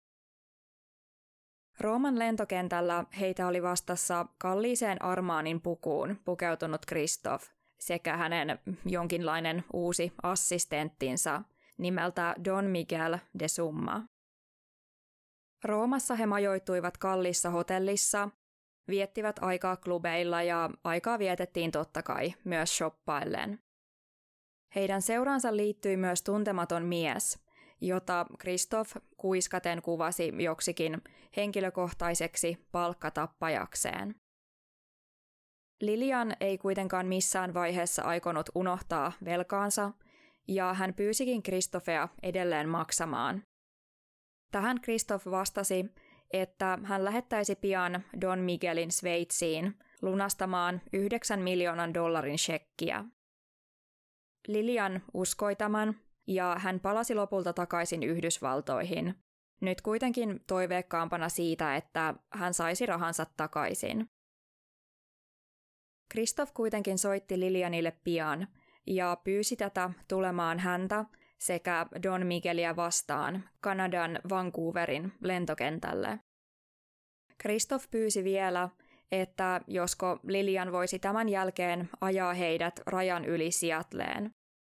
Rooman lentokentällä heitä oli vastassa kalliiseen Armanin pukuun pukeutunut Christoph sekä hänen jonkinlainen uusi assistenttinsa nimeltä Don Miguel de Summa. Roomassa he majoittuivat kalliissa hotellissa, viettivät aikaa klubeilla ja aikaa vietettiin totta kai myös shoppaillen. Heidän seuraansa liittyi myös tuntematon mies, jota Christoph kuiskaten kuvasi joksikin henkilökohtaiseksi palkkatappajakseen. Lilian ei kuitenkaan missään vaiheessa aikonut unohtaa velkaansa, ja hän pyysikin Christophea edelleen maksamaan. Tähän Christoph vastasi, että hän lähettäisi pian Don Miguelin Sveitsiin lunastamaan $9 miljoonan shekkiä. Lilian uskoi tämän, ja hän palasi lopulta takaisin Yhdysvaltoihin, nyt kuitenkin toiveikkaampana siitä, että hän saisi rahansa takaisin. Christoph kuitenkin soitti Lilianille pian ja pyysi tätä tulemaan häntä sekä Don Miguelia vastaan Kanadan Vancouverin lentokentälle. Christoph pyysi vielä, että josko Lilian voisi tämän jälkeen ajaa heidät rajan yli Seattleen.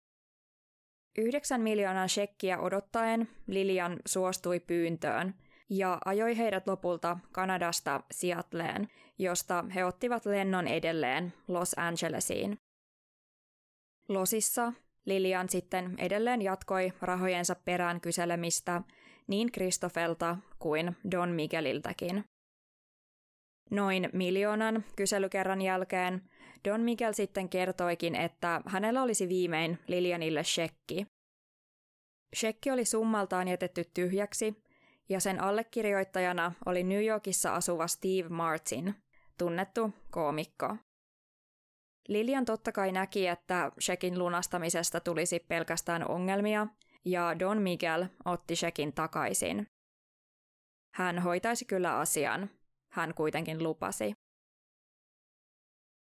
9 miljoonan shekkiä odottaen Lilian suostui pyyntöön ja ajoi heidät lopulta Kanadasta Seattleen, josta he ottivat lennon edelleen Los Angelesiin. Losissa Lilian sitten edelleen jatkoi rahojensa perään kyselemistä niin Christophelta kuin Don Migueliltäkin. Noin 1 miljoonan kyselykerran jälkeen Don Miguel sitten kertoikin, että hänellä olisi viimein Lilianille shekki. Shekki oli summaltaan jätetty tyhjäksi, ja sen allekirjoittajana oli New Yorkissa asuva Steve Martin, tunnettu koomikko. Lilian totta kai näki, että shekin lunastamisesta tulisi pelkästään ongelmia, ja Don Miguel otti shekin takaisin. Hän hoitaisi kyllä asian, hän kuitenkin lupasi.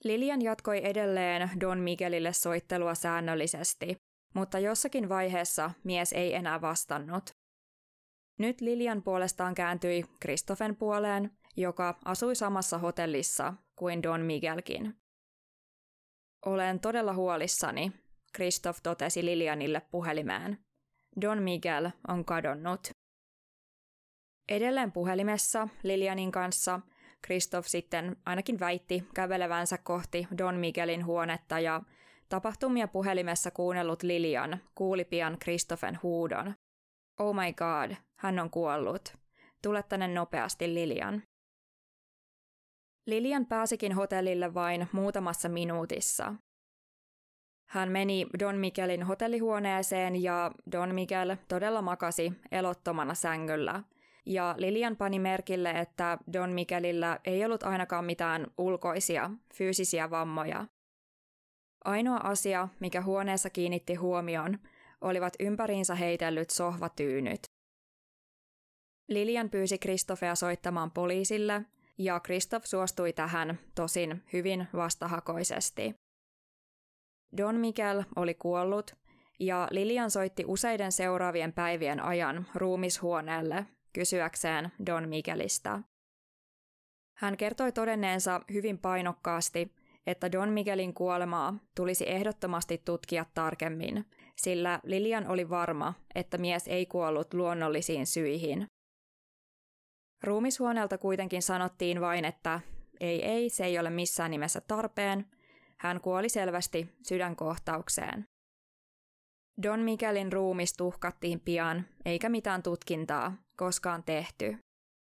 Lilian jatkoi edelleen Don Miguelille soittelua säännöllisesti, mutta jossakin vaiheessa mies ei enää vastannut. Nyt Lilian puolestaan kääntyi Christophen puoleen, joka asui samassa hotellissa kuin Don Miguelkin. Olen todella huolissani, Christoph totesi Lilianille puhelimeen. Don Miguel on kadonnut. Edelleen puhelimessa Lilianin kanssa Christoph sitten ainakin väitti kävelevänsä kohti Don Miguelin huonetta ja tapahtumia puhelimessa kuunnellut Lilian kuuli pian Christophen huudon. Oh my god, hän on kuollut. Tule tänne nopeasti, Lilian. Lilian pääsikin hotellille vain muutamassa minuutissa. Hän meni Don Miguelin hotellihuoneeseen ja Don Miguel todella makasi elottomana sängyllä. Ja Lilian pani merkille, että Don Miguelillä ei ollut ainakaan mitään ulkoisia, fyysisiä vammoja. Ainoa asia, mikä huoneessa kiinnitti huomion, olivat ympäriinsä heitellyt sohvatyynyt. Lilian pyysi Christophea soittamaan poliisille, ja Christoph suostui tähän tosin hyvin vastahakoisesti. Don Miguel oli kuollut, ja Lilian soitti useiden seuraavien päivien ajan ruumishuoneelle kysyäkseen Don Miguelista. Hän kertoi todenneensa hyvin painokkaasti, että Don Miguelin kuolemaa tulisi ehdottomasti tutkia tarkemmin, sillä Lilian oli varma, että mies ei kuollut luonnollisiin syihin. Ruumishuoneelta kuitenkin sanottiin vain, että ei, se ei ole missään nimessä tarpeen. Hän kuoli selvästi sydänkohtaukseen. Don Miguelin ruumis tuhkattiin pian, eikä mitään tutkintaa koskaan tehty.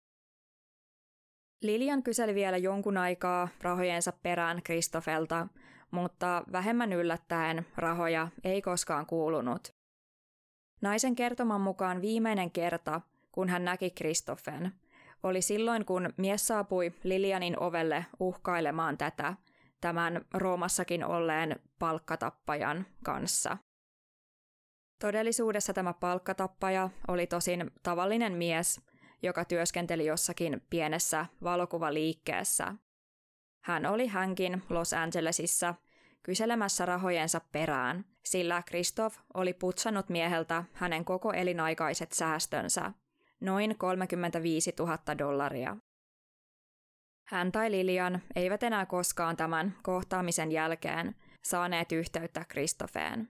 Lilian kyseli vielä jonkun aikaa rahojensa perään Christophelta, mutta vähemmän yllättäen rahoja ei koskaan kuulunut. Naisen kertoman mukaan viimeinen kerta, kun hän näki Christophen, oli silloin, kun mies saapui Lilianin ovelle uhkailemaan tätä tämän Roomassakin olleen palkkatappajan kanssa. Todellisuudessa tämä palkkatappaja oli tosin tavallinen mies, joka työskenteli jossakin pienessä valokuvaliikkeessä. Hän oli hänkin Los Angelesissa kyselemässä rahojensa perään, sillä Christoph oli putsannut mieheltä hänen koko elinaikaiset säästönsä, noin $35,000. Hän tai Lilian eivät enää koskaan tämän kohtaamisen jälkeen saaneet yhteyttä Christopheen.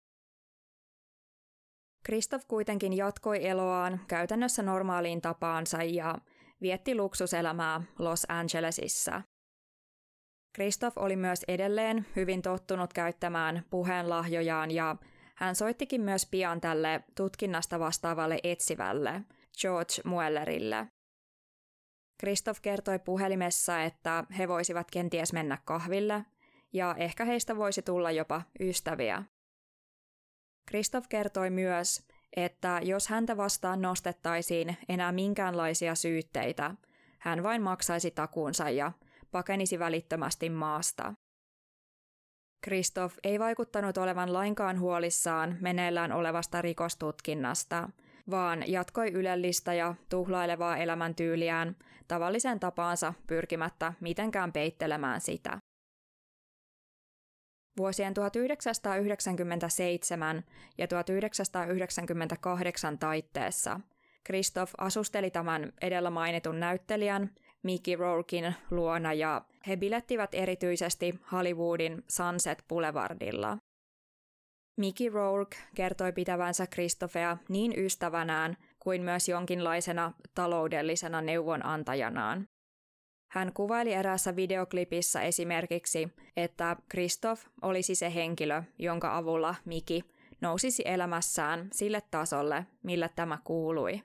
Christoph kuitenkin jatkoi eloaan käytännössä normaaliin tapaansa ja vietti luksuselämää Los Angelesissa. Christoph oli myös edelleen hyvin tottunut käyttämään puheenlahjojaan ja hän soittikin myös pian tälle tutkinnasta vastaavalle etsivälle, George Muellerille. Christoph kertoi puhelimessa, että he voisivat kenties mennä kahville ja ehkä heistä voisi tulla jopa ystäviä. Christoph kertoi myös, että jos häntä vastaan nostettaisiin enää minkäänlaisia syytteitä, hän vain maksaisi takuunsa ja pakenisi välittömästi maasta. Christoph ei vaikuttanut olevan lainkaan huolissaan meneillään olevasta rikostutkinnasta, vaan jatkoi ylellistä ja tuhlailevaa elämäntyyliään tavalliseen tapaansa pyrkimättä mitenkään peittelemään sitä. Vuosien 1997 ja 1998 taitteessa Christoph asusteli tämän edellä mainitun näyttelijän Mickey Rourken luona ja he bilettivät erityisesti Hollywoodin Sunset Boulevardilla. Mickey Rourke kertoi pitävänsä Christophea niin ystävänään kuin myös jonkinlaisena taloudellisena neuvonantajanaan. Hän kuvaili eräässä videoklipissä esimerkiksi, että Christoph olisi se henkilö, jonka avulla Mickey nousisi elämässään sille tasolle, millä tämä kuului.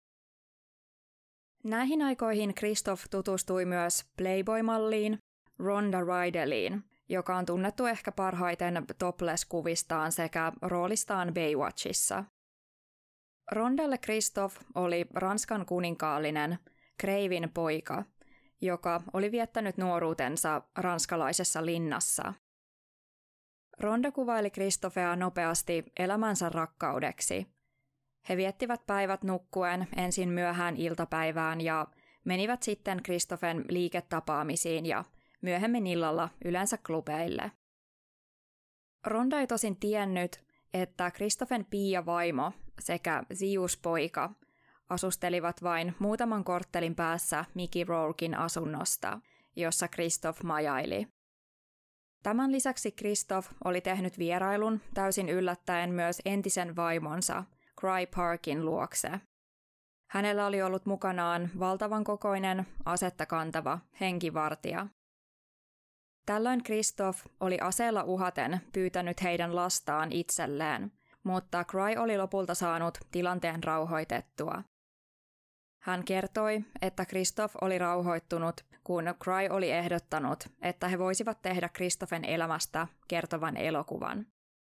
Näihin aikoihin Christoph tutustui myös Playboy-malliin Rhonda Rydeliin, joka on tunnettu ehkä parhaiten topless-kuvistaan sekä roolistaan Baywatchissa. Rhondalle Christoph oli Ranskan kuninkaallinen Creivin poika, joka oli viettänyt nuoruutensa ranskalaisessa linnassa. Rhonda kuvaili Christophea nopeasti elämänsä rakkaudeksi. He viettivät päivät nukkuen ensin myöhään iltapäivään ja menivät sitten Christophen liiketapaamisiin ja myöhemmin illalla yleensä klubeille. Ronda ei tosin tiennyt, että Christophen Pia-vaimo sekä Zius-poika asustelivat vain muutaman korttelin päässä Mickey Rourken asunnosta, jossa Christoph majaili. Tämän lisäksi Christoph oli tehnyt vierailun täysin yllättäen myös entisen vaimonsa, Cry Parkin luokse. Hänellä oli ollut mukanaan valtavan kokoinen, asetta kantava henkivartija. Tällöin Christoph oli aseella uhaten pyytänyt heidän lastaan itselleen, mutta Cry oli lopulta saanut tilanteen rauhoitettua. Hän kertoi, että Christoph oli rauhoittunut, kun Cry oli ehdottanut, että he voisivat tehdä Christophen elämästä kertovan elokuvan.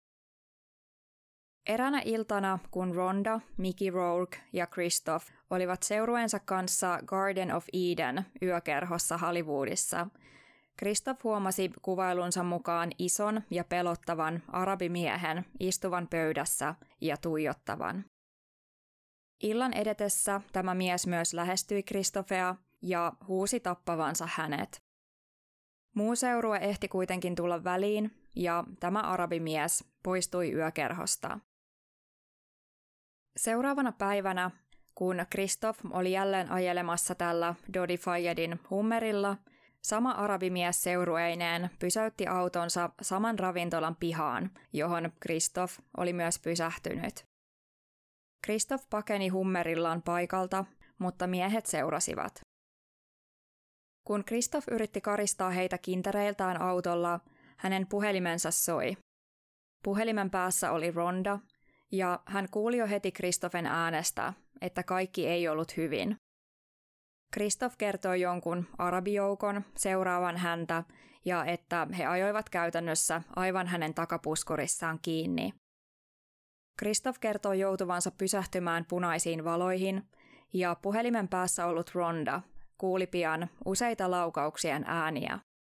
Eräänä iltana, kun Ronda, Mickey Rourke ja Christoph olivat seurueensa kanssa Garden of Eden yökerhossa Hollywoodissa, Christoph huomasi kuvailunsa mukaan ison ja pelottavan arabimiehen istuvan pöydässä ja tuijottavan. Illan edetessä tämä mies myös lähestyi Christophea ja huusi tappavansa hänet. Muu seurue ehti kuitenkin tulla väliin ja tämä arabimies poistui yökerhosta. Seuraavana päivänä, kun Christoph oli jälleen ajelemassa tällä Dodi Fayedin Hummerilla, sama arabimies seurueineen pysäytti autonsa saman ravintolan pihaan, johon Christoph oli myös pysähtynyt. Christoph pakeni Hummerillaan paikalta, mutta miehet seurasivat. Kun Christoph yritti karistaa heitä kintereiltään autolla, hänen puhelimensa soi. Puhelimen päässä oli Ronda, ja hän kuuli jo heti Christophen äänestä, että kaikki ei ollut hyvin. Christoph kertoi jonkun arabijoukon seuraavan häntä ja että he ajoivat käytännössä aivan hänen takapuskurissaan kiinni. Christoph kertoi joutuvansa pysähtymään punaisiin valoihin ja puhelimen päässä ollut Ronda kuuli pian useita laukauksien ääniä.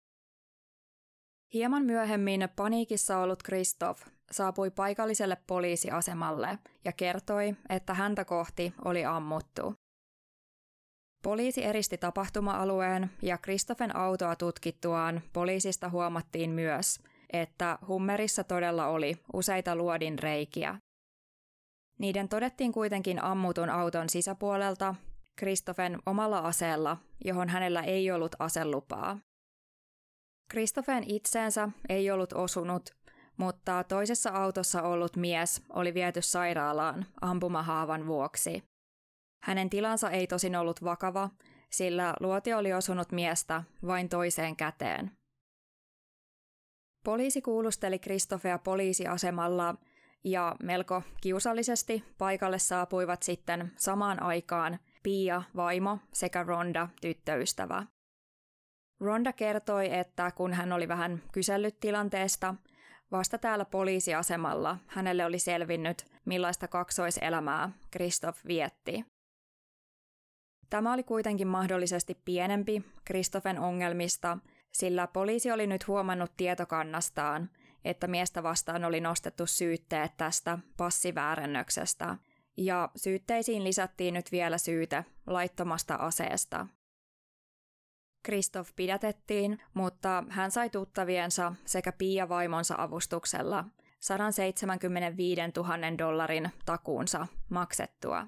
Hieman myöhemmin paniikissa ollut Christoph saapui paikalliselle poliisiasemalle ja kertoi, että häntä kohti oli ammuttu. Poliisi eristi tapahtuma-alueen ja Christophen autoa tutkittuaan poliisista huomattiin myös, että Hummerissa todella oli useita luodinreikiä. Niiden todettiin kuitenkin ammutun auton sisäpuolelta Christophen omalla aseella, johon hänellä ei ollut aselupaa. Christophen itseensä ei ollut osunut, mutta toisessa autossa ollut mies oli viety sairaalaan ampumahaavan vuoksi. Hänen tilansa ei tosin ollut vakava, sillä luoti oli osunut miestä vain toiseen käteen. Poliisi kuulusteli Christophea poliisiasemalla ja melko kiusallisesti paikalle saapuivat sitten samaan aikaan Pia, vaimo, sekä Ronda, tyttöystävä. Ronda kertoi, että kun hän oli vähän kysellyt tilanteesta, vasta täällä poliisiasemalla hänelle oli selvinnyt, millaista kaksoiselämää Christoph vietti. Tämä oli kuitenkin mahdollisesti pienempi Christophen ongelmista, sillä poliisi oli nyt huomannut tietokannastaan, että miestä vastaan oli nostettu syytteet tästä passiväärennöksestä, ja syytteisiin lisättiin nyt vielä syyte laittomasta aseesta. Christoph pidätettiin, mutta hän sai tuttaviensa sekä Pia-vaimonsa avustuksella $175 000 takuunsa maksettua.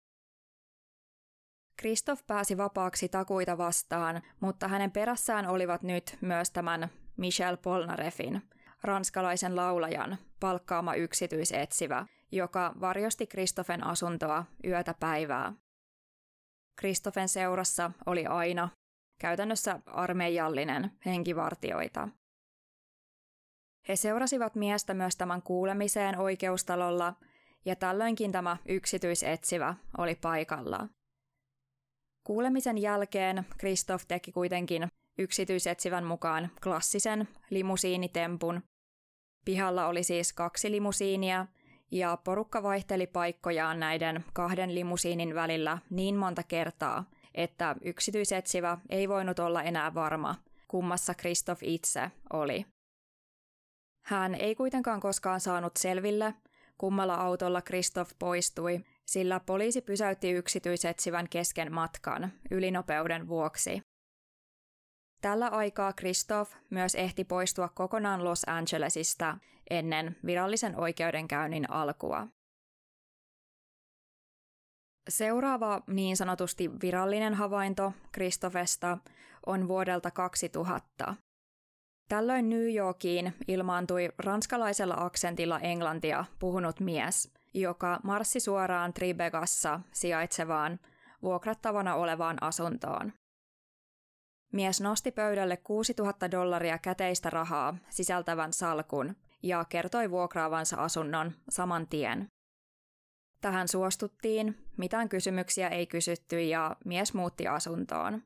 Christoph pääsi vapaaksi takuita vastaan, mutta hänen perässään olivat nyt myös tämän Michel Polnareffin, ranskalaisen laulajan, palkkaama yksityisetsivä, joka varjosti Christophen asuntoa yötä päivää. Christophen seurassa oli aina, käytännössä armeijallinen, henkivartioita. He seurasivat miestä myös tämän kuulemiseen oikeustalolla, ja tällöinkin tämä yksityisetsivä oli paikalla. Kuulemisen jälkeen Christoph teki kuitenkin yksityisetsivän mukaan klassisen limusiinitempun. Pihalla oli siis 2 limusiinia, ja porukka vaihteli paikkojaan näiden 2 limusiinin välillä niin monta kertaa, että yksityisetsivä ei voinut olla enää varma, kummassa Christoph itse oli. Hän ei kuitenkaan koskaan saanut selville, kummalla autolla Christoph poistui, sillä poliisi pysäytti yksityisetsivän kesken matkan ylinopeuden vuoksi. Tällä aikaa Christoph myös ehti poistua kokonaan Los Angelesista ennen virallisen oikeudenkäynnin alkua. Seuraava niin sanotusti virallinen havainto Christophesta on vuodelta 2000. Tällöin New Yorkiin ilmaantui ranskalaisella aksentilla englantia puhunut mies, joka marssi suoraan Tribegassa sijaitsevaan vuokrattavana olevaan asuntoon. Mies nosti pöydälle $6,000 käteistä rahaa sisältävän salkun ja kertoi vuokraavansa asunnon saman tien. Tähän suostuttiin, mitään kysymyksiä ei kysytty ja mies muutti asuntoon.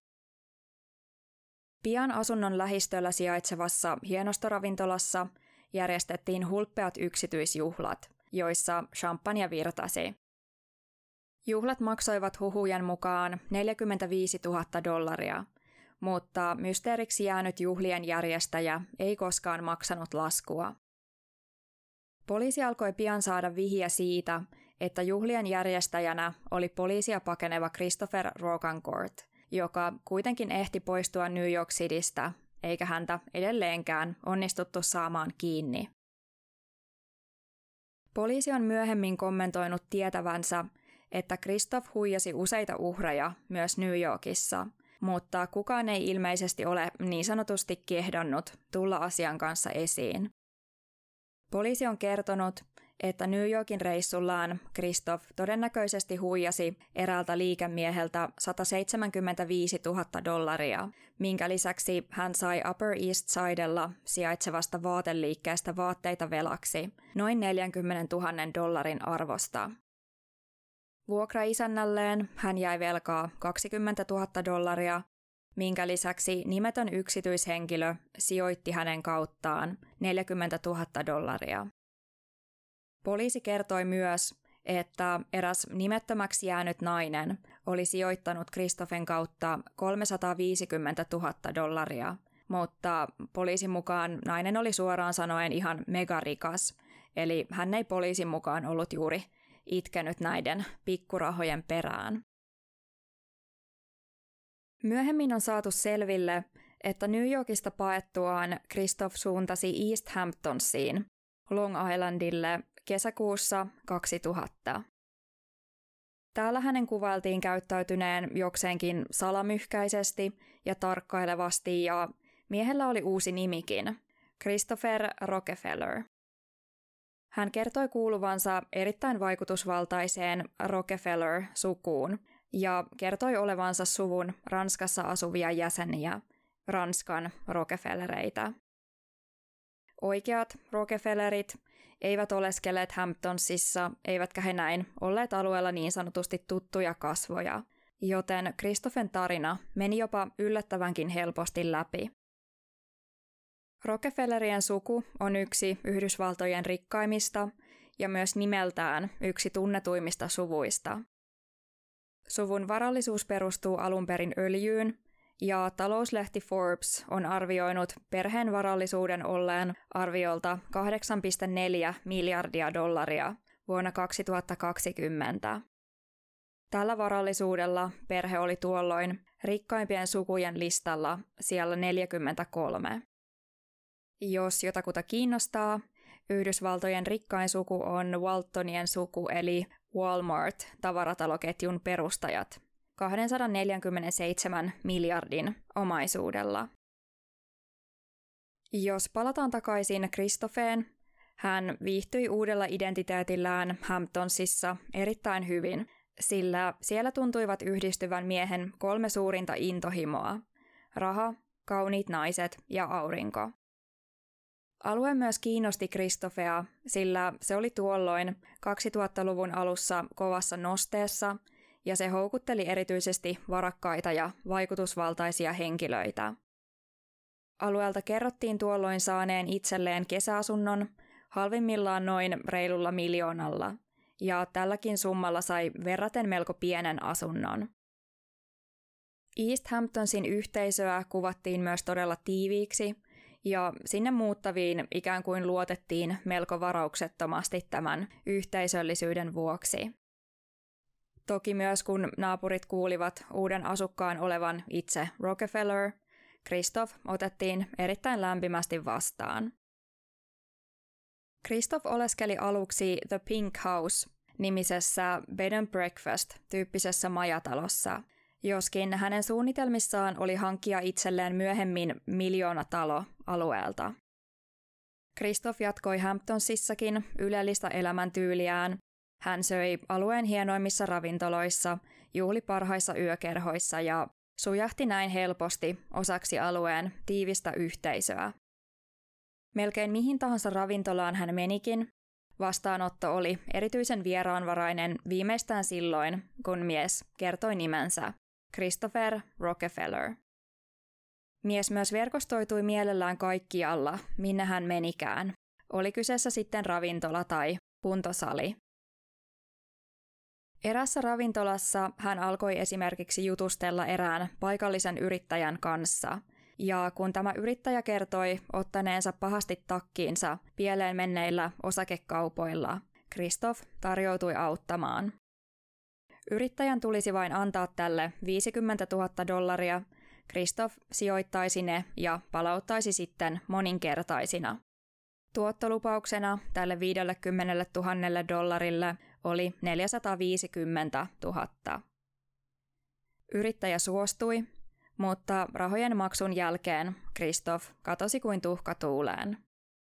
Pian asunnon lähistöllä sijaitsevassa hienostoravintolassa järjestettiin hulppeat yksityisjuhlat, joissa champagne virtasi. Juhlat maksoivat huhujen mukaan $45,000, mutta mysteeriksi jäänyt juhlien järjestäjä ei koskaan maksanut laskua. Poliisi alkoi pian saada vihiä siitä, että juhlien järjestäjänä oli poliisia pakeneva Christopher Rocancourt, joka kuitenkin ehti poistua New York Citystä, eikä häntä edelleenkään onnistuttu saamaan kiinni. Poliisi on myöhemmin kommentoinut tietävänsä, että Christoph huijasi useita uhreja myös New Yorkissa, mutta kukaan ei ilmeisesti ole niin sanotusti kehdannut tulla asian kanssa esiin. Poliisi on kertonut, että New Yorkin reissullaan Christoph todennäköisesti huijasi eräältä liikemieheltä $175,000, minkä lisäksi hän sai Upper East Sidella sijaitsevasta vaateliikkeestä vaatteita velaksi noin $40,000 arvosta. Vuokraisännälleen hän jäi velkaa $20,000, minkä lisäksi nimetön yksityishenkilö sijoitti hänen kauttaan $40,000. Poliisi kertoi myös, että eräs nimettömäksi jäänyt nainen oli sijoittanut Christophen kautta $350,000, mutta poliisin mukaan nainen oli suoraan sanoen ihan megarikas, eli hän ei poliisin mukaan ollut juuri itkenyt näiden pikkurahojen perään. Myöhemmin on saatu selville, että New Yorkista paettuaan Christoph suuntasi East Hamptonsiin, Long Islandille, kesäkuussa 2000. Täällä hänen kuvailtiin käyttäytyneen jokseenkin salamyhkäisesti ja tarkkailevasti ja miehellä oli uusi nimikin, Christopher Rockefeller. Hän kertoi kuuluvansa erittäin vaikutusvaltaiseen Rockefeller-sukuun ja kertoi olevansa suvun Ranskassa asuvia jäseniä, Ranskan Rockefellereitä. Oikeat Rockefellerit eivät oleskelleet Hamptonsissa, eivätkä he näin olleet alueella niin sanotusti tuttuja kasvoja, joten Christophen tarina meni jopa yllättävänkin helposti läpi. Rockefellerien suku on yksi Yhdysvaltojen rikkaimmista ja myös nimeltään yksi tunnetuimmista suvuista. Suvun varallisuus perustuu alun perin öljyyn, ja talouslehti Forbes on arvioinut perheen varallisuuden olleen arviolta $8,4 miljardia vuonna 2020. Tällä varallisuudella perhe oli tuolloin rikkaimpien sukujen listalla siellä 43. Jos jotakuta kiinnostaa, Yhdysvaltojen rikkain suku on Waltonien suku eli Walmart-tavarataloketjun perustajat 247 miljardin omaisuudella. Jos palataan takaisin Christopheen, hän viihtyi uudella identiteetillään Hamptonsissa erittäin hyvin, sillä siellä tuntuivat yhdistyvän miehen 3 suurinta intohimoa: raha, kauniit naiset ja aurinko. Alue myös kiinnosti Christophea, sillä se oli tuolloin 2000-luvun alussa kovassa nosteessa ja se houkutteli erityisesti varakkaita ja vaikutusvaltaisia henkilöitä. Alueelta kerrottiin tuolloin saaneen itselleen kesäasunnon halvimmillaan noin reilulla miljoonalla, ja tälläkin summalla sai verraten melko pienen asunnon. East Hamptonsin yhteisöä kuvattiin myös todella tiiviiksi, ja sinne muuttaviin ikään kuin luotettiin melko varauksettomasti tämän yhteisöllisyyden vuoksi. Toki myös kun naapurit kuulivat uuden asukkaan olevan itse Rockefeller, Christoph otettiin erittäin lämpimästi vastaan. Christoph oleskeli aluksi The Pink House-nimisessä bed and breakfast-tyyppisessä majatalossa, joskin hänen suunnitelmissaan oli hankkia itselleen myöhemmin 1,000,000 talo alueelta. Christoph jatkoi Hamptonsissakin ylellistä elämäntyyliään. Hän söi alueen hienoimmissa ravintoloissa, juhli parhaissa yökerhoissa ja sujahti näin helposti osaksi alueen tiivistä yhteisöä. Melkein mihin tahansa ravintolaan hän menikin, vastaanotto oli erityisen vieraanvarainen viimeistään silloin, kun mies kertoi nimensä, Christopher Rockefeller. Mies myös verkostoitui mielellään kaikkialla, minne hän menikään, oli kyseessä sitten ravintola tai kuntosali. Erässä ravintolassa hän alkoi esimerkiksi jutustella erään paikallisen yrittäjän kanssa, ja kun tämä yrittäjä kertoi ottaneensa pahasti takkiinsa pieleen menneillä osakekaupoilla, Christoph tarjoutui auttamaan. Yrittäjän tulisi vain antaa tälle $50,000, Christoph sijoittaisi ne ja palauttaisi sitten moninkertaisina. Tuottolupauksena tälle $50,000 oli $450,000. Yrittäjä suostui, mutta rahojen maksun jälkeen Christoph katosi kuin tuhka tuuleen.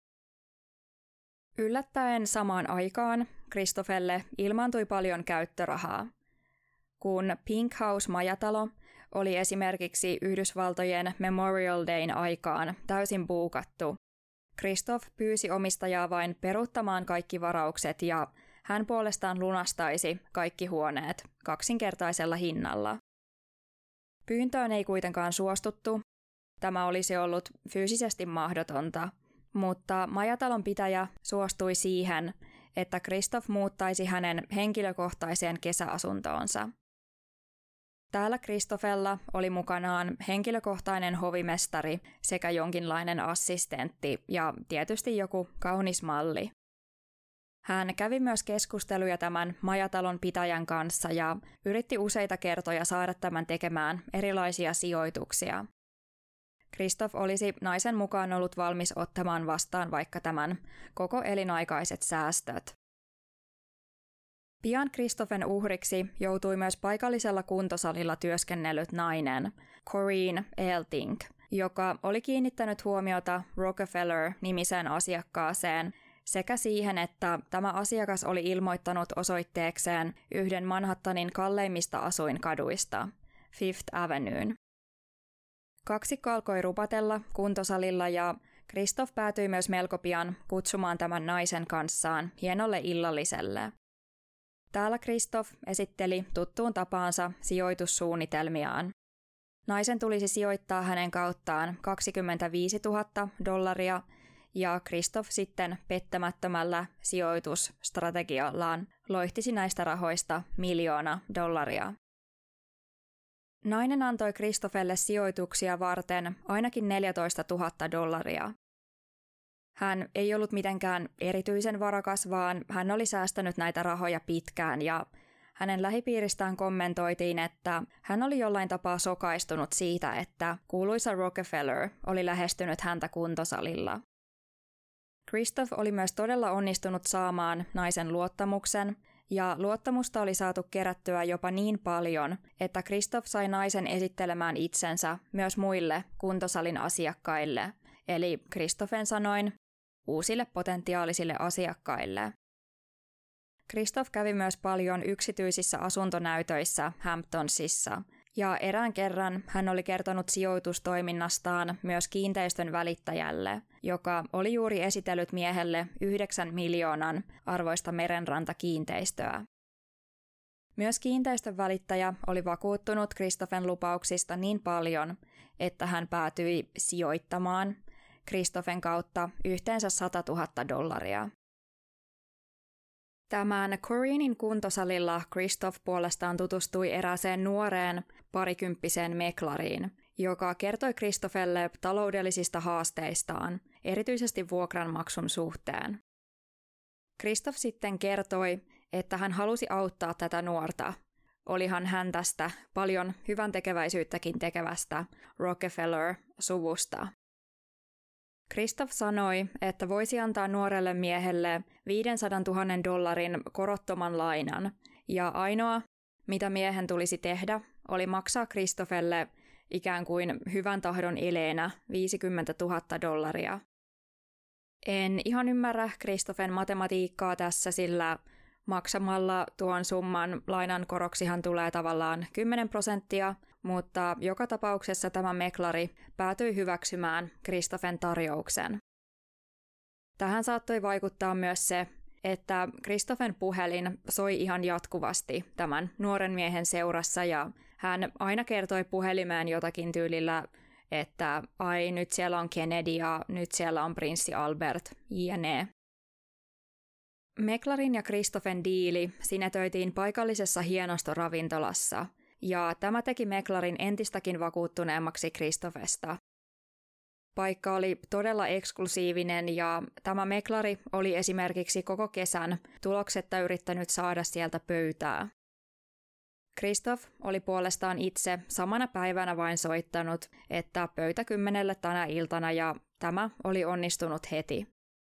Yllättäen samaan aikaan Christophelle ilmaantui paljon käyttörahaa. Kun Pink House-majatalo oli esimerkiksi Yhdysvaltojen Memorial Dayn aikaan täysin buukattu, Christoph pyysi omistajaa vain peruuttamaan kaikki varaukset ja hän puolestaan lunastaisi kaikki huoneet kaksinkertaisella hinnalla. Pyyntöön ei kuitenkaan suostuttu. Tämä olisi ollut fyysisesti mahdotonta, mutta majatalon pitäjä suostui siihen, että Christoph muuttaisi hänen henkilökohtaiseen kesäasuntoonsa. Täällä Christophella oli mukanaan henkilökohtainen hovimestari sekä jonkinlainen assistentti ja tietysti joku kaunis malli. Hän kävi myös keskusteluja tämän majatalon pitäjän kanssa ja yritti useita kertoja saada tämän tekemään erilaisia sijoituksia. Christoph olisi naisen mukaan ollut valmis ottamaan vastaan vaikka tämän koko elinaikaiset säästöt. Pian Christophen uhriksi joutui myös paikallisella kuntosalilla työskennellyt nainen, Corinne Elting, joka oli kiinnittänyt huomiota Rockefeller-nimiseen asiakkaaseen sekä siihen, että tämä asiakas oli ilmoittanut osoitteekseen yhden Manhattanin kalleimmista asuinkaduista, Fifth Avenuen. Kaksikko alkoi rupatella kuntosalilla ja Christoph päätyi myös melko pian kutsumaan tämän naisen kanssaan hienolle illalliselle. Täällä Christoph esitteli tuttuun tapaansa sijoitussuunnitelmiaan. Naisen tulisi sijoittaa hänen kauttaan $25,000 ja Christoph sitten pettämättömällä sijoitusstrategiallaan loihtisi näistä rahoista $1,000,000. Nainen antoi Christophelle sijoituksia varten ainakin $14,000. Hän ei ollut mitenkään erityisen varakas, vaan hän oli säästänyt näitä rahoja pitkään ja hänen lähipiiristään kommentoitiin, että hän oli jollain tapaa sokaistunut siitä, että kuuluisa Rockefeller oli lähestynyt häntä kuntosalilla. Christoph oli myös todella onnistunut saamaan naisen luottamuksen, ja luottamusta oli saatu kerättyä jopa niin paljon, että Christoph sai naisen esittelemään itsensä myös muille kuntosalin asiakkaille, eli Christophen sanoin uusille potentiaalisille asiakkaille. Christoph kävi myös paljon yksityisissä asuntonäytöissä Hamptonsissa, ja erään kerran hän oli kertonut sijoitustoiminnastaan myös kiinteistön välittäjälle, joka oli juuri esitellyt miehelle 9 miljoonan arvoista merenrantakiinteistöä. Myös kiinteistön välittäjä oli vakuuttunut Christophen lupauksista niin paljon, että hän päätyi sijoittamaan Christophen kautta yhteensä $100,000. Tämän Corinnein kuntosalilla Christoph puolestaan tutustui erääseen nuoreen parikymppiseen meklariin, joka kertoi Christophelle taloudellisista haasteistaan, erityisesti vuokranmaksun suhteen. Christoph sitten kertoi, että hän halusi auttaa tätä nuorta. olihan hän tästä paljon hyvän tekeväisyyttäkin tekevästä Rockefeller-suvusta. Christoph sanoi, että voisi antaa nuorelle miehelle $500,000 korottoman lainan, ja ainoa, mitä miehen tulisi tehdä, oli maksaa Christophelle ikään kuin hyvän tahdon eleenä $50,000. En ihan ymmärrä Christophen matematiikkaa tässä, sillä maksamalla tuon summan lainan koroksihan tulee tavallaan 10%, mutta joka tapauksessa tämä meklari päätyi hyväksymään Christophen tarjouksen. Tähän saattoi vaikuttaa myös se, että Christophen puhelin soi ihan jatkuvasti tämän nuoren miehen seurassa ja hän aina kertoi puhelimeen jotakin tyylillä, että ai nyt siellä on Kennedy ja nyt siellä on prinssi Albert, jne. Meklarin ja Christophen diili sinetöitiin paikallisessa hienostoravintolassa, ja tämä teki meklarin entistäkin vakuuttuneemmaksi Christophesta. Paikka oli todella eksklusiivinen ja tämä meklari oli esimerkiksi koko kesän tuloksetta yrittänyt saada sieltä pöytää. Christoph oli puolestaan itse samana päivänä vain soittanut, että pöytä 10 tänä iltana ja tämä oli onnistunut heti.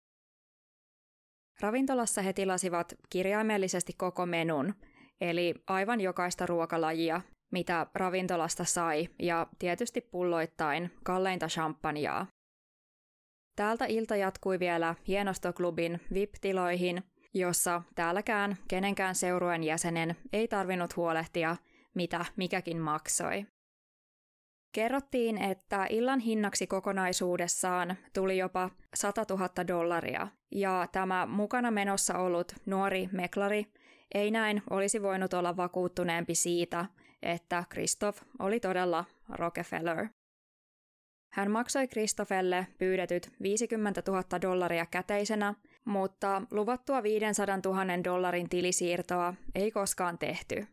Ravintolassa he tilasivat kirjaimellisesti koko menun, eli aivan jokaista ruokalajia, mitä ravintolasta sai, ja tietysti pulloittain kalleinta champagnea. Täältä ilta jatkui vielä hienostoklubin VIP-tiloihin, jossa täälläkään kenenkään seurueen jäsenen ei tarvinnut huolehtia, mitä mikäkin maksoi. Kerrottiin, että illan hinnaksi kokonaisuudessaan tuli jopa $100,000, ja tämä mukana menossa ollut nuori meklari ei näin olisi voinut olla vakuuttuneempi siitä, että Christoph oli todella Rockefeller. Hän maksoi Christophelle pyydetyt $50,000 käteisenä, mutta luvattua $500,000 tilisiirtoa ei koskaan tehty.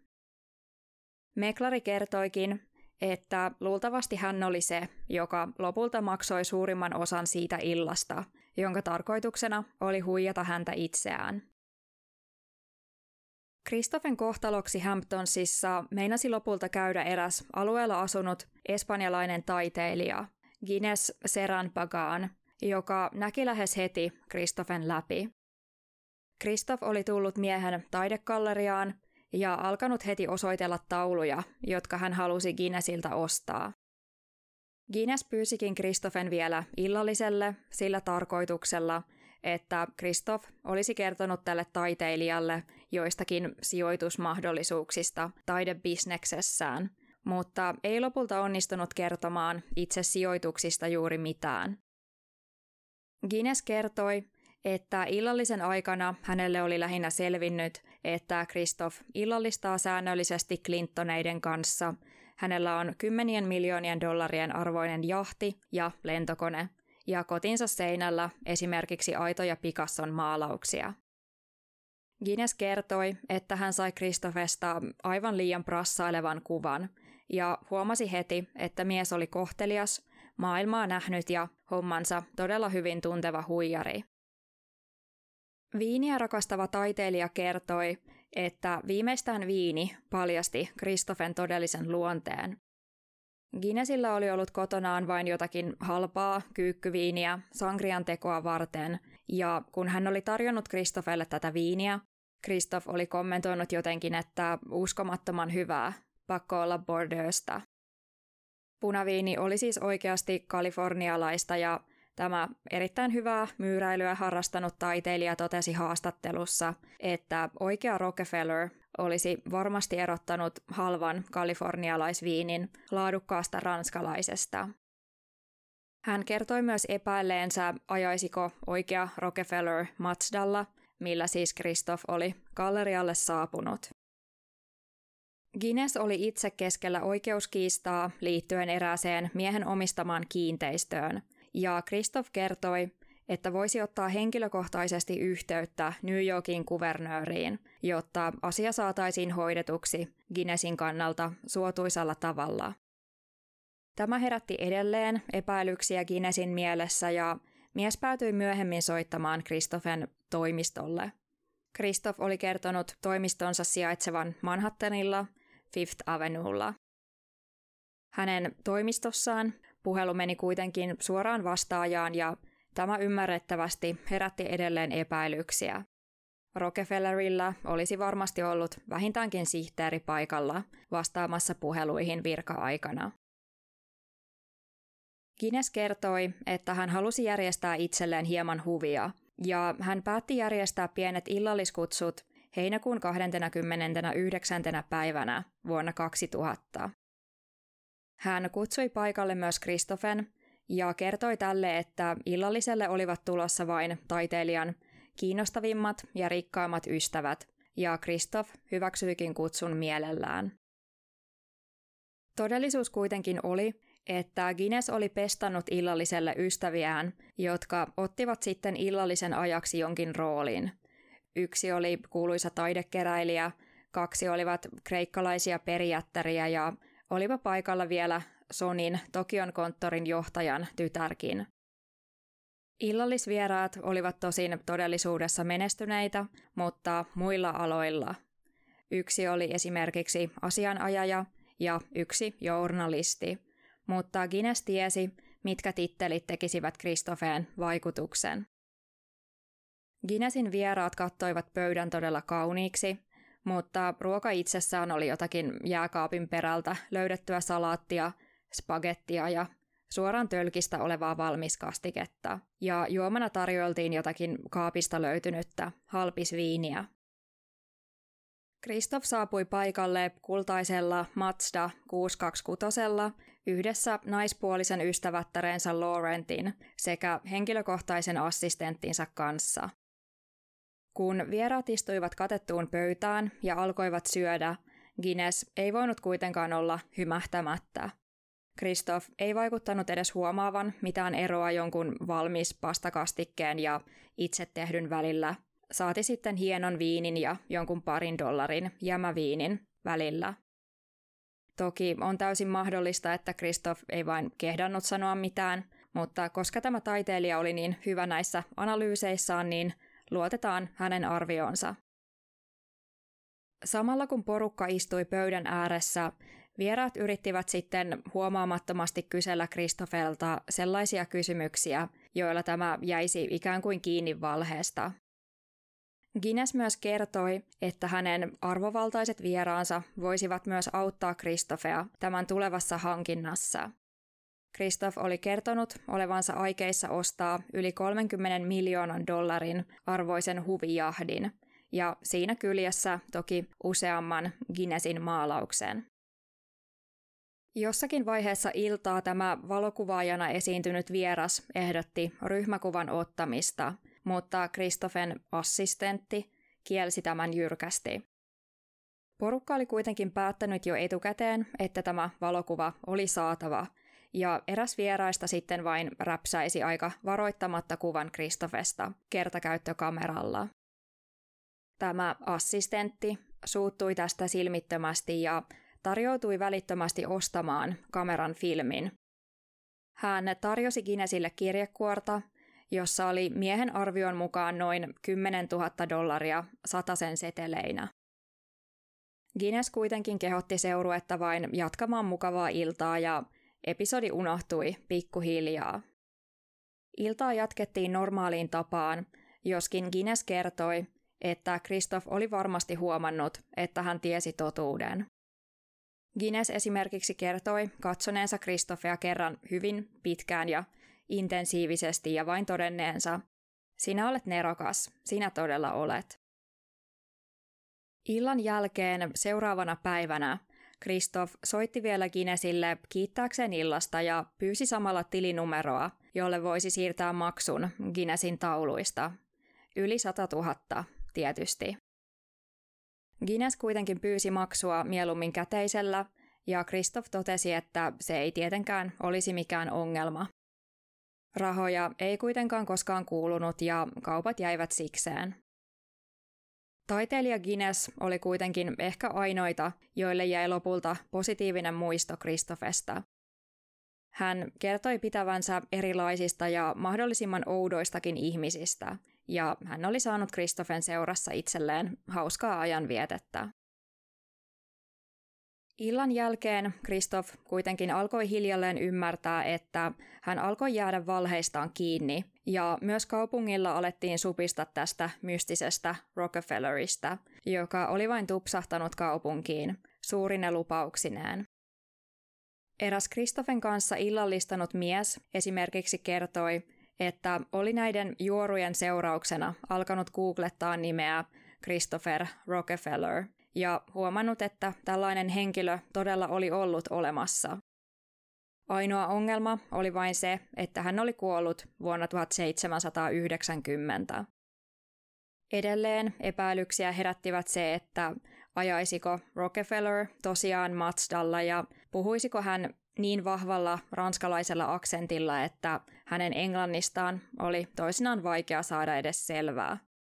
Meklari kertoikin, että luultavasti hän oli se, joka lopulta maksoi suurimman osan siitä illasta, jonka tarkoituksena oli huijata häntä itseään. Christophen kohtaloksi Hamptonsissa meinasi lopulta käydä eräs alueella asunut espanjalainen taiteilija, Ginés Serán Pagán, joka näki lähes heti Christophen läpi. Christoph oli tullut miehen taidegalleriaan ja alkanut heti osoitella tauluja, jotka hän halusi Guinnessiltä ostaa. Guinness pyysikin Christophen vielä illalliselle sillä tarkoituksella, että Christoph olisi kertonut tälle taiteilijalle joistakin sijoitusmahdollisuuksista taidebisneksessään, mutta ei lopulta onnistunut kertomaan itse sijoituksista juuri mitään. Guinness kertoi, että illallisen aikana hänelle oli lähinnä selvinnyt, että Christoph illallistaa säännöllisesti Clintoneiden kanssa. Hänellä on $10 miljoonien arvoinen jahti ja lentokone, ja kotinsa seinällä esimerkiksi aitoja Picasson maalauksia. Guinness kertoi, että hän sai Christophesta aivan liian prassailevan kuvan, ja huomasi heti, että mies oli kohtelias, maailmaa nähnyt ja hommansa todella hyvin tunteva huijari. Viiniä rakastava taiteilija kertoi, että viimeistään viini paljasti Christophen todellisen luonteen. Guinnessillä oli ollut kotonaan vain jotakin halpaa kyykkyviiniä sangrian tekoa varten, ja kun hän oli tarjonnut Christophelle tätä viiniä, Christoph oli kommentoinut jotenkin, että uskomattoman hyvää, pakko olla Bordeauxsta. Punaviini oli siis oikeasti kalifornialaista ja tämä erittäin hyvää myyräilyä harrastanut taiteilija totesi haastattelussa, että oikea Rockefeller olisi varmasti erottanut halvan kalifornialaisviinin laadukkaasta ranskalaisesta. Hän kertoi myös epäilleensä, ajaisiko oikea Rockefeller Mazdalla, millä siis Christoph oli gallerialle saapunut. Guinness oli itse keskellä oikeuskiistaa liittyen erääseen miehen omistamaan kiinteistöön, ja Christoph kertoi, että voisi ottaa henkilökohtaisesti yhteyttä New Yorkin kuvernööriin, jotta asia saataisiin hoidetuksi Guinnessin kannalta suotuisalla tavalla. Tämä herätti edelleen epäilyksiä Guinnessin mielessä ja mies päätyi myöhemmin soittamaan Christophen toimistolle. Christoph oli kertonut toimistonsa sijaitsevan Manhattanilla, Fifth Avenuella. Hänen toimistossaan puhelu meni kuitenkin suoraan vastaajaan ja tämä ymmärrettävästi herätti edelleen epäilyksiä. Rockefellerillä olisi varmasti ollut vähintäänkin sihteeri paikalla vastaamassa puheluihin virka-aikana. Guinness kertoi, että hän halusi järjestää itselleen hieman huvia, ja hän päätti järjestää pienet illalliskutsut heinäkuun 29. päivänä vuonna 2000. Hän kutsui paikalle myös Christophen ja kertoi tälle, että illalliselle olivat tulossa vain taiteilijan kiinnostavimmat ja rikkaimmat ystävät, ja Christoph hyväksyikin kutsun mielellään. Todellisuus kuitenkin oli, että Guinness oli pestannut illalliselle ystäviään, jotka ottivat sitten illallisen ajaksi jonkin roolin. Yksi oli kuuluisa taidekeräilijä, 2 olivat kreikkalaisia perijättäriä ja olipa paikalla vielä Sonyn Tokion konttorin johtajan tytärkin. Illallisvieraat olivat tosin todellisuudessa menestyneitä, mutta muilla aloilla. Yksi oli esimerkiksi asianajaja ja yksi journalisti, mutta Guinness tiesi, mitkä tittelit tekisivät Christopheen vaikutuksen. Guinnessin vieraat kattoivat pöydän todella kauniiksi, mutta ruoka itsessään oli jotakin jääkaapin perältä löydettyä salaattia, spagettia ja suoraan tölkistä olevaa valmiskastiketta, ja juomana tarjoiltiin jotakin kaapista löytynyttä halpisviiniä. Christoph saapui paikalle kultaisella Mazda 626 yhdessä naispuolisen ystävättärensä Laurentin sekä henkilökohtaisen assistenttinsa kanssa. Kun vieraat istuivat katettuun pöytään ja alkoivat syödä, Guinness ei voinut kuitenkaan olla hymähtämättä. Christoph ei vaikuttanut edes huomaavan mitään eroa jonkun valmis pastakastikkeen ja itse tehdyn välillä, saati sitten hienon viinin ja jonkun $2 jämäviinin välillä. Toki on täysin mahdollista, että Christoph ei vain kehdannut sanoa mitään, mutta koska tämä taiteilija oli niin hyvä näissä analyyseissaan, niin luotetaan hänen arvioonsa. Samalla kun porukka istui pöydän ääressä, vieraat yrittivät sitten huomaamattomasti kysellä Christophelta sellaisia kysymyksiä, joilla tämä jäisi ikään kuin kiinni valheesta. Guinness myös kertoi, että hänen arvovaltaiset vieraansa voisivat myös auttaa Christophea tämän tulevassa hankinnassa. Christoph oli kertonut olevansa aikeissa ostaa yli $30 miljoonan arvoisen huvijahdin, ja siinä kyljessä toki useamman Guinnessin maalauksen. Jossakin vaiheessa iltaa tämä valokuvaajana esiintynyt vieras ehdotti ryhmäkuvan ottamista, mutta Christophen assistentti kielsi tämän jyrkästi. Porukka oli kuitenkin päättänyt jo etukäteen, että tämä valokuva oli saatava, ja eräs vieraista sitten vain räpsäisi aika varoittamatta kuvan Christophesta kertakäyttökameralla. Tämä assistentti suuttui tästä silmittömästi ja tarjoutui välittömästi ostamaan kameran filmin. Hän tarjosi Guinnessille kirjekuorta, jossa oli miehen arvion mukaan noin $10,000 satasen seteleinä. Guinness kuitenkin kehotti seuruetta vain jatkamaan mukavaa iltaa ja episodi unohtui pikkuhiljaa. Iltaa jatkettiin normaaliin tapaan, joskin Guinness kertoi, että Christoph oli varmasti huomannut, että hän tiesi totuuden. Guinness esimerkiksi kertoi katsoneensa Christophea kerran hyvin pitkään ja intensiivisesti ja vain todenneensa, sinä olet nerokas, sinä todella olet. Illan jälkeen seuraavana päivänä Christoph soitti vielä Guinnessille kiittääkseen illasta ja pyysi samalla tilinumeroa, jolle voisi siirtää maksun Guinnessin tauluista. Yli 100 000 tietysti. Guinness kuitenkin pyysi maksua mieluummin käteisellä, ja Christoph totesi, että se ei tietenkään olisi mikään ongelma. Rahoja ei kuitenkaan koskaan kuulunut ja kaupat jäivät sikseen. Taiteilija Guinness oli kuitenkin ehkä ainoita, joille jäi lopulta positiivinen muisto Christophesta. Hän kertoi pitävänsä erilaisista ja mahdollisimman oudoistakin ihmisistä, ja hän oli saanut Christophen seurassa itselleen hauskaa ajanvietettä. Illan jälkeen Christoph kuitenkin alkoi hiljalleen ymmärtää, että hän alkoi jäädä valheistaan kiinni, ja myös kaupungilla alettiin supista tästä mystisestä Rockefellerista, joka oli vain tupsahtanut kaupunkiin suurine lupauksineen. Eräs Christophen kanssa illallistanut mies esimerkiksi kertoi, että oli näiden juorujen seurauksena alkanut googlettaa nimeä Christopher Rockefeller ja huomannut, että tällainen henkilö todella oli ollut olemassa. Ainoa ongelma oli vain se, että hän oli kuollut vuonna 1790. Edelleen epäilyksiä herättivät se, että ajaisiko Rockefeller tosiaan Mazdalla ja puhuisiko hän niin vahvalla ranskalaisella aksentilla, että hänen englannistaan oli toisinaan vaikea saada edes selvää.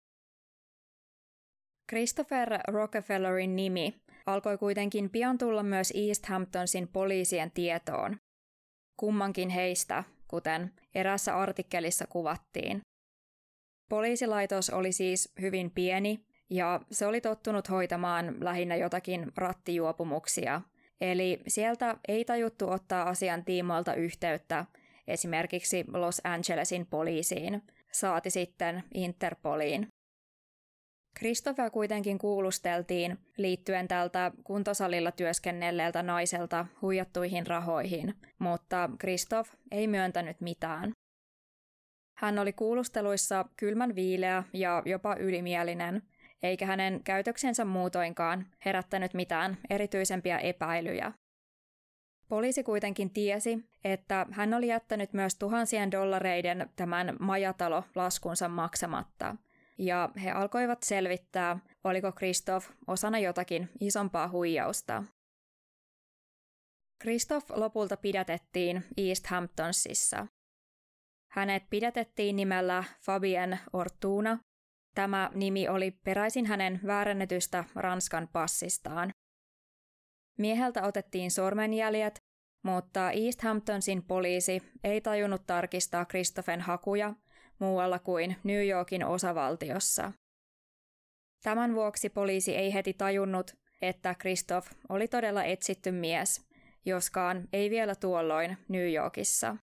Christopher Rockefellerin nimi alkoi kuitenkin pian tulla myös East Hamptonsin poliisien tietoon. Kummankin heistä, kuten eräässä artikkelissa kuvattiin. Poliisilaitos oli siis hyvin pieni ja se oli tottunut hoitamaan lähinnä jotakin rattijuopumuksia, eli sieltä ei tajuttu ottaa asian tiimoilta yhteyttä esimerkiksi Los Angelesin poliisiin, saati sitten Interpoliin. Christopher kuitenkin kuulusteltiin liittyen tältä kuntosalilla työskennelleeltä naiselta huijattuihin rahoihin, mutta Christoph ei myöntänyt mitään. Hän oli kuulusteluissa kylmän viileä ja jopa ylimielinen, eikä hänen käytöksensä muutoinkaan herättänyt mitään erityisempiä epäilyjä. Poliisi kuitenkin tiesi, että hän oli jättänyt myös tuhansien dollareiden tämän majatalo-laskunsa maksamatta, ja he alkoivat selvittää, oliko Christoph osana jotakin isompaa huijausta. Christoph lopulta pidätettiin East Hamptonsissa. Hänet pidätettiin nimellä Fabien Ortuna. Tämä nimi oli peräisin hänen väärännetystä Ranskan passistaan. Mieheltä otettiin sormenjäljet, mutta East Hamptonsin poliisi ei tajunnut tarkistaa Christophen hakuja muualla kuin New Yorkin osavaltiossa. Tämän vuoksi poliisi ei heti tajunnut, että Christoph oli todella etsitty mies, joskaan ei vielä tuolloin New Yorkissa.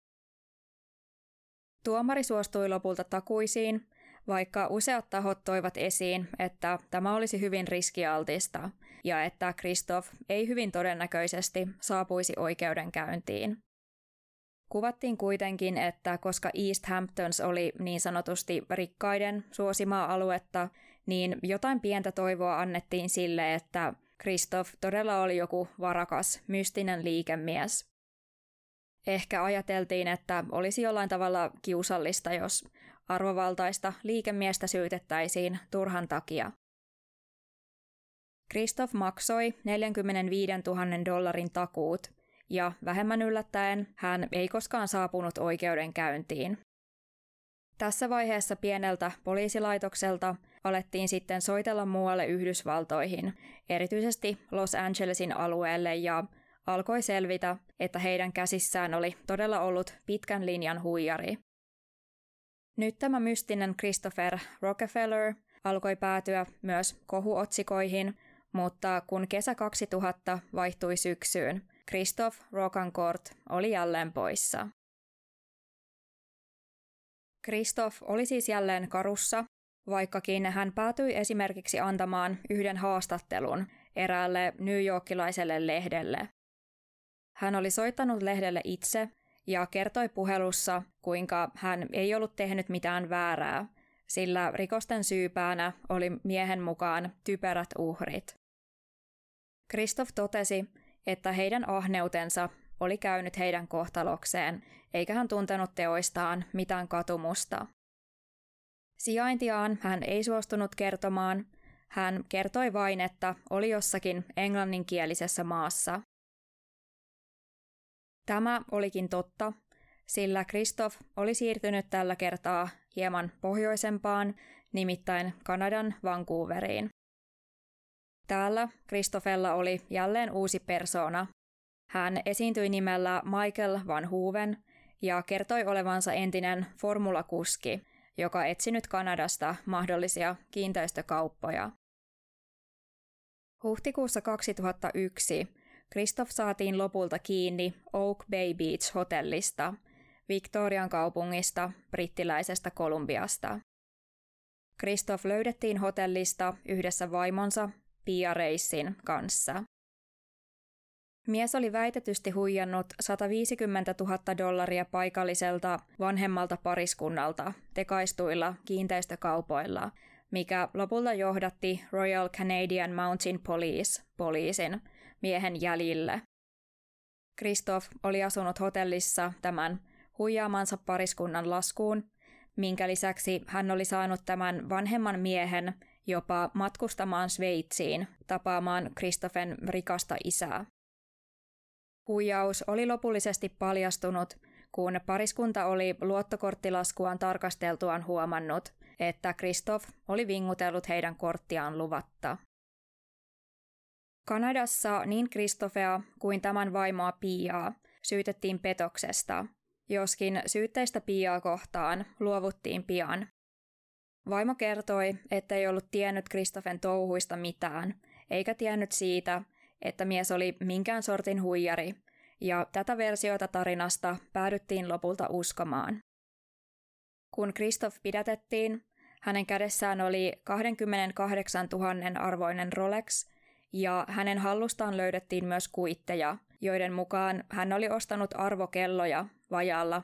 Tuomari suostui lopulta takuisiin, vaikka useat tahot toivat esiin, että tämä olisi hyvin riskialtista ja että Christoph ei hyvin todennäköisesti saapuisi oikeudenkäyntiin. Kuvattiin kuitenkin, että koska East Hamptons oli niin sanotusti rikkaiden suosimaa aluetta, niin jotain pientä toivoa annettiin sille, että Christoph todella oli joku varakas, mystinen liikemies. Ehkä ajateltiin, että olisi jollain tavalla kiusallista, jos arvovaltaista liikemiestä syytettäisiin turhan takia. Christoph maksoi 45 000 dollarin takuut, ja vähemmän yllättäen hän ei koskaan saapunut oikeudenkäyntiin. Tässä vaiheessa pieneltä poliisilaitokselta alettiin sitten soitella muualle Yhdysvaltoihin, erityisesti Los Angelesin alueelle, ja alkoi selvitä, että heidän käsissään oli todella ollut pitkän linjan huijari. Nyt tämä mystinen Christopher Rockefeller alkoi päätyä myös kohuotsikoihin, mutta kun kesä 2000 vaihtui syksyyn, Christoph Roccancourt oli jälleen poissa. Christoph oli siis jälleen karussa, vaikkakin hän päätyi esimerkiksi antamaan yhden haastattelun eräälle newyorkilaiselle lehdelle. Hän oli soittanut lehdelle itse ja kertoi puhelussa, kuinka hän ei ollut tehnyt mitään väärää, sillä rikosten syypäänä oli miehen mukaan typerät uhrit. Christoph totesi, että heidän ahneutensa oli käynyt heidän kohtalokseen, eikä hän tuntenut teoistaan mitään katumusta. Sijaintiaan hän ei suostunut kertomaan, hän kertoi vain, että oli jossakin englanninkielisessä maassa. Tämä olikin totta, sillä Christoph oli siirtynyt tällä kertaa hieman pohjoisempaan, nimittäin Kanadan Vancouveriin. Täällä Christophella oli jälleen uusi persoona. Hän esiintyi nimellä Michael Van Hooven ja kertoi olevansa entinen formulakuski, joka etsi nyt Kanadasta mahdollisia kiinteistökauppoja. Huhtikuussa 2001 Christoph saatiin lopulta kiinni Oak Bay Beach-hotellista, Victorian kaupungista, brittiläisestä Kolumbiasta. Christoph löydettiin hotellista yhdessä vaimonsa Pia Reissin kanssa. Mies oli väitetysti huijannut $150,000 paikalliselta vanhemmalta pariskunnalta tekaistuilla kiinteistökaupoilla, mikä lopulta johdatti Royal Canadian Mounted poliisin miehen jäljille. Christoph oli asunut hotellissa tämän huijaamansa pariskunnan laskuun, minkä lisäksi hän oli saanut tämän vanhemman miehen jopa matkustamaan Sveitsiin tapaamaan Christophen rikasta isää. Huijaus oli lopullisesti paljastunut, kun pariskunta oli luottokorttilaskuaan tarkasteltuaan huomannut, että Christoph oli vingutellut heidän korttiaan luvatta. Kanadassa niin Christophea kuin tämän vaimoa Piaa syytettiin petoksesta, joskin syytteistä Piaa kohtaan luovuttiin pian. Vaimo kertoi, ettei ollut tiennyt Christophen touhuista mitään, eikä tiennyt siitä, että mies oli minkään sortin huijari, ja tätä versiota tarinasta päädyttiin lopulta uskomaan. Kun Christoph pidätettiin, hänen kädessään oli 28 000 arvoinen Rolex, ja hänen hallustaan löydettiin myös kuitteja, joiden mukaan hän oli ostanut arvokelloja vajaalla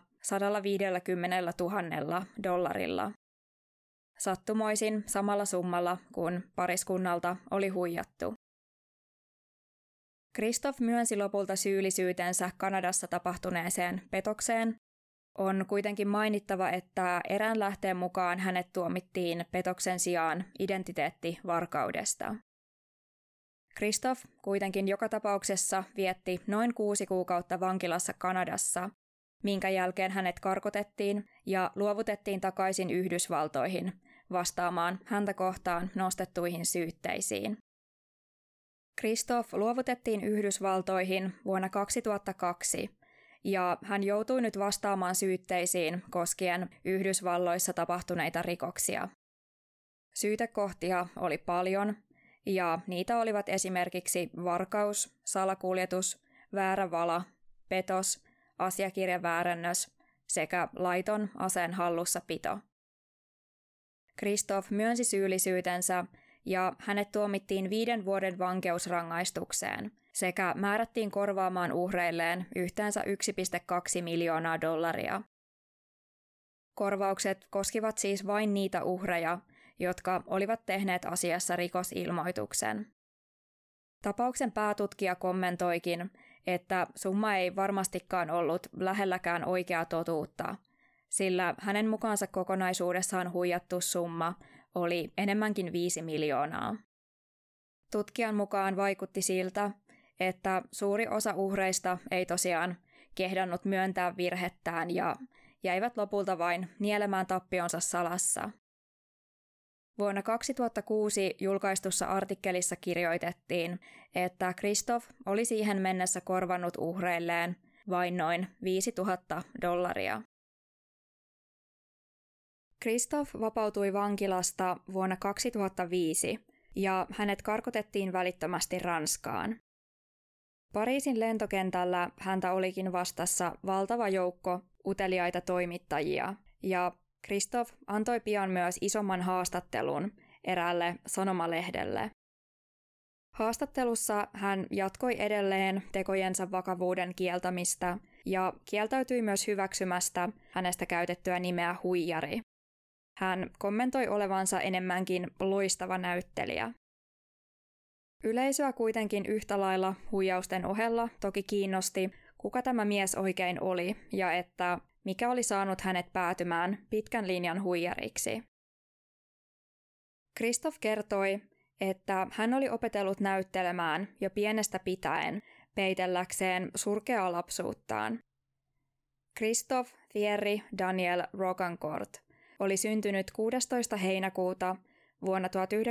$150,000. Sattumoisin samalla summalla, kun pariskunnalta oli huijattu. Christoph myönsi lopulta syyllisyytensä Kanadassa tapahtuneeseen petokseen. On kuitenkin mainittava, että erään lähteen mukaan hänet tuomittiin petoksen sijaan identiteettivarkaudesta. Christoph kuitenkin joka tapauksessa vietti noin 6 kuukautta vankilassa Kanadassa, minkä jälkeen hänet karkotettiin ja luovutettiin takaisin Yhdysvaltoihin vastaamaan häntä kohtaan nostettuihin syytteisiin. Christoph luovutettiin Yhdysvaltoihin vuonna 2002 ja hän joutui nyt vastaamaan syytteisiin koskien Yhdysvalloissa tapahtuneita rikoksia. Syytekohtia oli paljon ja niitä olivat esimerkiksi varkaus, salakuljetus, väärä vala, petos, asiakirjaväärennös sekä laiton aseen hallussapito. Christoph myönsi syyllisyytensä ja hänet tuomittiin 5 vuoden vankeusrangaistukseen sekä määrättiin korvaamaan uhreilleen yhteensä $1,2 miljoonaa. Korvaukset koskivat siis vain niitä uhreja, jotka olivat tehneet asiassa rikosilmoituksen. Tapauksen päätutkija kommentoikin, että summa ei varmastikaan ollut lähelläkään oikeaa totuutta, sillä hänen mukaansa kokonaisuudessaan huijattu summa oli enemmänkin 5 miljoonaa. Tutkijan mukaan vaikutti siltä, että suuri osa uhreista ei tosiaan kehdannut myöntää virhettään ja jäivät lopulta vain nielemään tappionsa salassa. Vuonna 2006 julkaistussa artikkelissa kirjoitettiin, että Christoph oli siihen mennessä korvannut uhreilleen vain noin $5,000. Christoph vapautui vankilasta vuonna 2005 ja hänet karkotettiin välittömästi Ranskaan. Pariisin lentokentällä häntä olikin vastassa valtava joukko uteliaita toimittajia ja Christoph antoi pian myös isomman haastattelun eräälle sanomalehdelle. Haastattelussa hän jatkoi edelleen tekojensa vakavuuden kieltämistä ja kieltäytyi myös hyväksymästä hänestä käytettyä nimeä huijari. Hän kommentoi olevansa enemmänkin loistava näyttelijä. Yleisöä kuitenkin yhtä lailla huijausten ohella toki kiinnosti, kuka tämä mies oikein oli ja että mikä oli saanut hänet päätymään pitkän linjan huijariksi. Christoph kertoi, että hän oli opetellut näyttelemään jo pienestä pitäen peitelläkseen surkeaa lapsuuttaan. Christoph Thierry Daniel Rocancourt oli syntynyt 16. heinäkuuta vuonna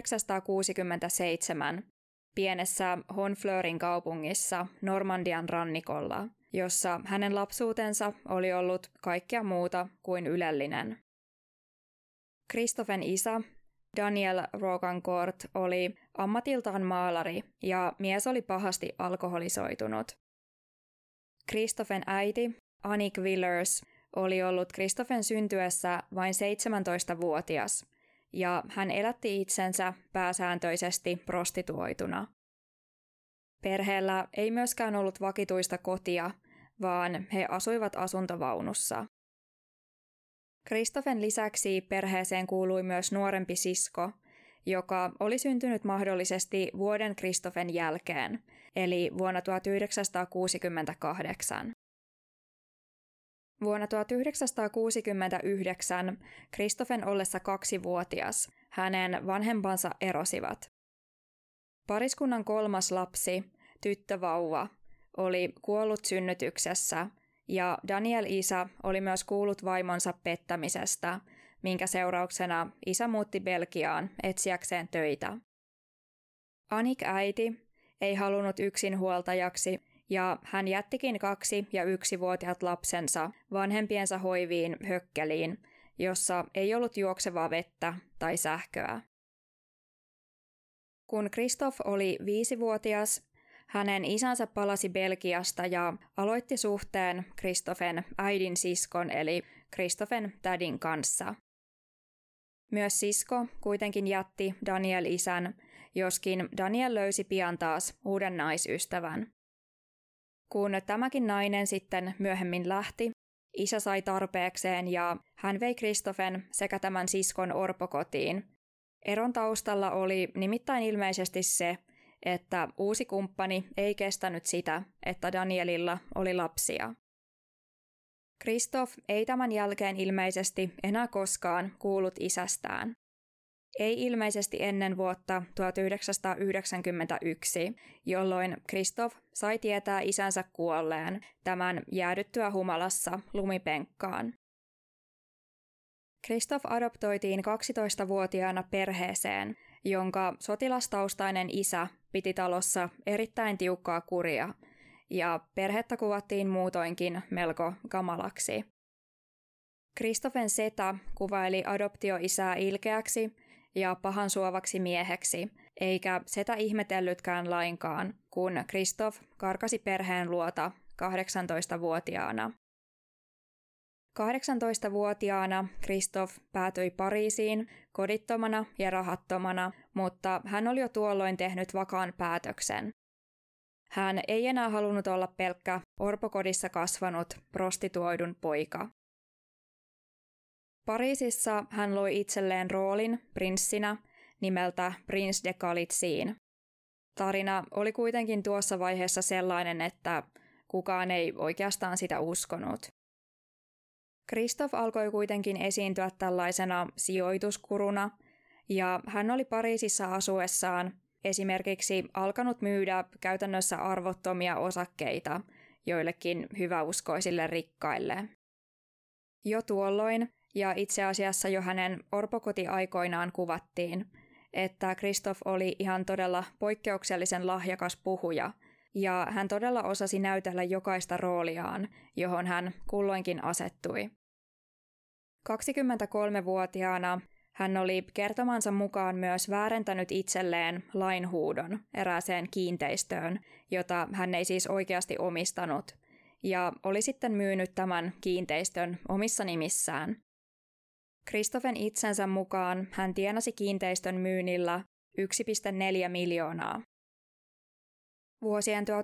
1967 pienessä Honfleurin kaupungissa Normandian rannikolla, jossa hänen lapsuutensa oli ollut kaikkea muuta kuin ylellinen. Christophen isä, Daniel Rogancourt oli ammatiltaan maalari ja mies oli pahasti alkoholisoitunut. Christophen äiti, Annick Villers, oli ollut Christophen syntyessä vain 17-vuotias ja hän elätti itsensä pääsääntöisesti prostituoituna. Perheellä ei myöskään ollut vakituista kotia, vaan he asuivat asuntovaunussa. Christophen lisäksi perheeseen kuului myös nuorempi sisko, joka oli syntynyt mahdollisesti vuoden Christophen jälkeen, eli vuonna 1968. Vuonna 1969 Christophen ollessa 2-vuotias hänen vanhempansa erosivat. Pariskunnan 3. lapsi, tyttövauva, oli kuollut synnytyksessä ja Daniel isä oli myös kuullut vaimonsa pettämisestä, minkä seurauksena isä muutti Belgiaan etsiäkseen töitä. Annick äiti ei halunnut yksinhuoltajaksi ja hän jättikin 2- ja 1-vuotiaat lapsensa vanhempiensa hoiviin Hökkeliin, jossa ei ollut juoksevaa vettä tai sähköä. Kun Christophe oli 5-vuotias, hänen isänsä palasi Belgiasta ja aloitti suhteen Christophen äidin siskon eli Christophen tädin kanssa. Myös sisko kuitenkin jätti Daniel isän, joskin Daniel löysi pian taas uuden naisystävän. Kun tämäkin nainen sitten myöhemmin lähti, isä sai tarpeekseen ja hän vei Christophen sekä tämän siskon orpokotiin. Eron taustalla oli nimittäin ilmeisesti se, että uusi kumppani ei kestänyt sitä, että Danielilla oli lapsia. Christophe ei tämän jälkeen ilmeisesti enää koskaan kuullut isästään. Ei ilmeisesti ennen vuotta 1991, jolloin Christophe sai tietää isänsä kuolleen tämän jäädyttyä humalassa lumipenkkaan. Christophe adoptoitiin 12-vuotiaana perheeseen, jonka sotilastaustainen isä piti talossa erittäin tiukkaa kuria, ja perhettä kuvattiin muutoinkin melko kamalaksi. Christophen setä kuvaili adoptioisää ilkeäksi ja pahansuovaksi mieheksi, eikä setä ihmetellytkään lainkaan, kun Christophe karkasi perheen luota 18-vuotiaana. 18-vuotiaana Christophe päätyi Pariisiin kodittomana ja rahattomana, mutta hän oli jo tuolloin tehnyt vakaan päätöksen. Hän ei enää halunnut olla pelkkä orpokodissa kasvanut prostituoidun poika. Pariisissa hän loi itselleen roolin prinssinä nimeltä Prince de Galitzin. Tarina oli kuitenkin tuossa vaiheessa sellainen, että kukaan ei oikeastaan sitä uskonut. Christophe alkoi kuitenkin esiintyä tällaisena sijoituskuruna, ja hän oli Pariisissa asuessaan esimerkiksi alkanut myydä käytännössä arvottomia osakkeita joillekin hyväuskoisille rikkaille. Jo tuolloin, ja itse asiassa jo hänen orpokotiaikoinaan kuvattiin, että Christophe oli ihan todella poikkeuksellisen lahjakas puhuja, ja hän todella osasi näytellä jokaista rooliaan, johon hän kulloinkin asettui. 23-vuotiaana hän oli kertomansa mukaan myös väärentänyt itselleen lainhuudon erääseen kiinteistöön, jota hän ei siis oikeasti omistanut, ja oli sitten myynyt tämän kiinteistön omissa nimissään. Christophen itsensä mukaan hän tienasi kiinteistön myynnillä 1,4 miljoonaa. Vuosien 1987–1991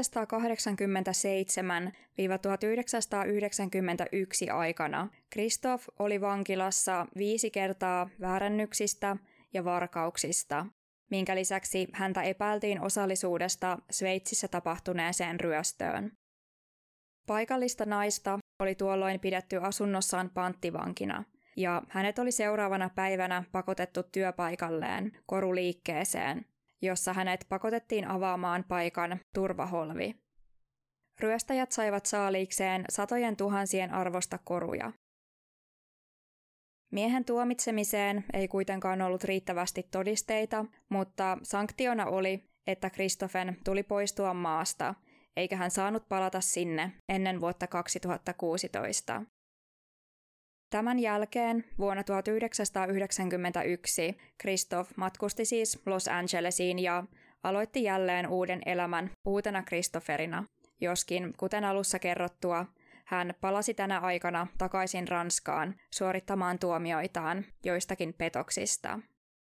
aikana Christophe oli vankilassa 5 kertaa väärennyksistä ja varkauksista, minkä lisäksi häntä epäiltiin osallisuudesta Sveitsissä tapahtuneeseen ryöstöön. Paikallista naista oli tuolloin pidetty asunnossaan panttivankina, ja hänet oli seuraavana päivänä pakotettu työpaikalleen koruliikkeeseen, jossa hänet pakotettiin avaamaan paikan turvaholvi. Ryöstäjät saivat saaliikseen satojen tuhansien arvosta koruja. Miehen tuomitsemiseen ei kuitenkaan ollut riittävästi todisteita, mutta sanktiona oli, että Christophen tuli poistua maasta, eikä hän saanut palata sinne ennen vuotta 2016. Tämän jälkeen vuonna 1991 Christoph matkusti siis Los Angelesiin ja aloitti jälleen uuden elämän uutena Christopherina, joskin kuten alussa kerrottua, hän palasi tänä aikana takaisin Ranskaan suorittamaan tuomioitaan joistakin petoksista.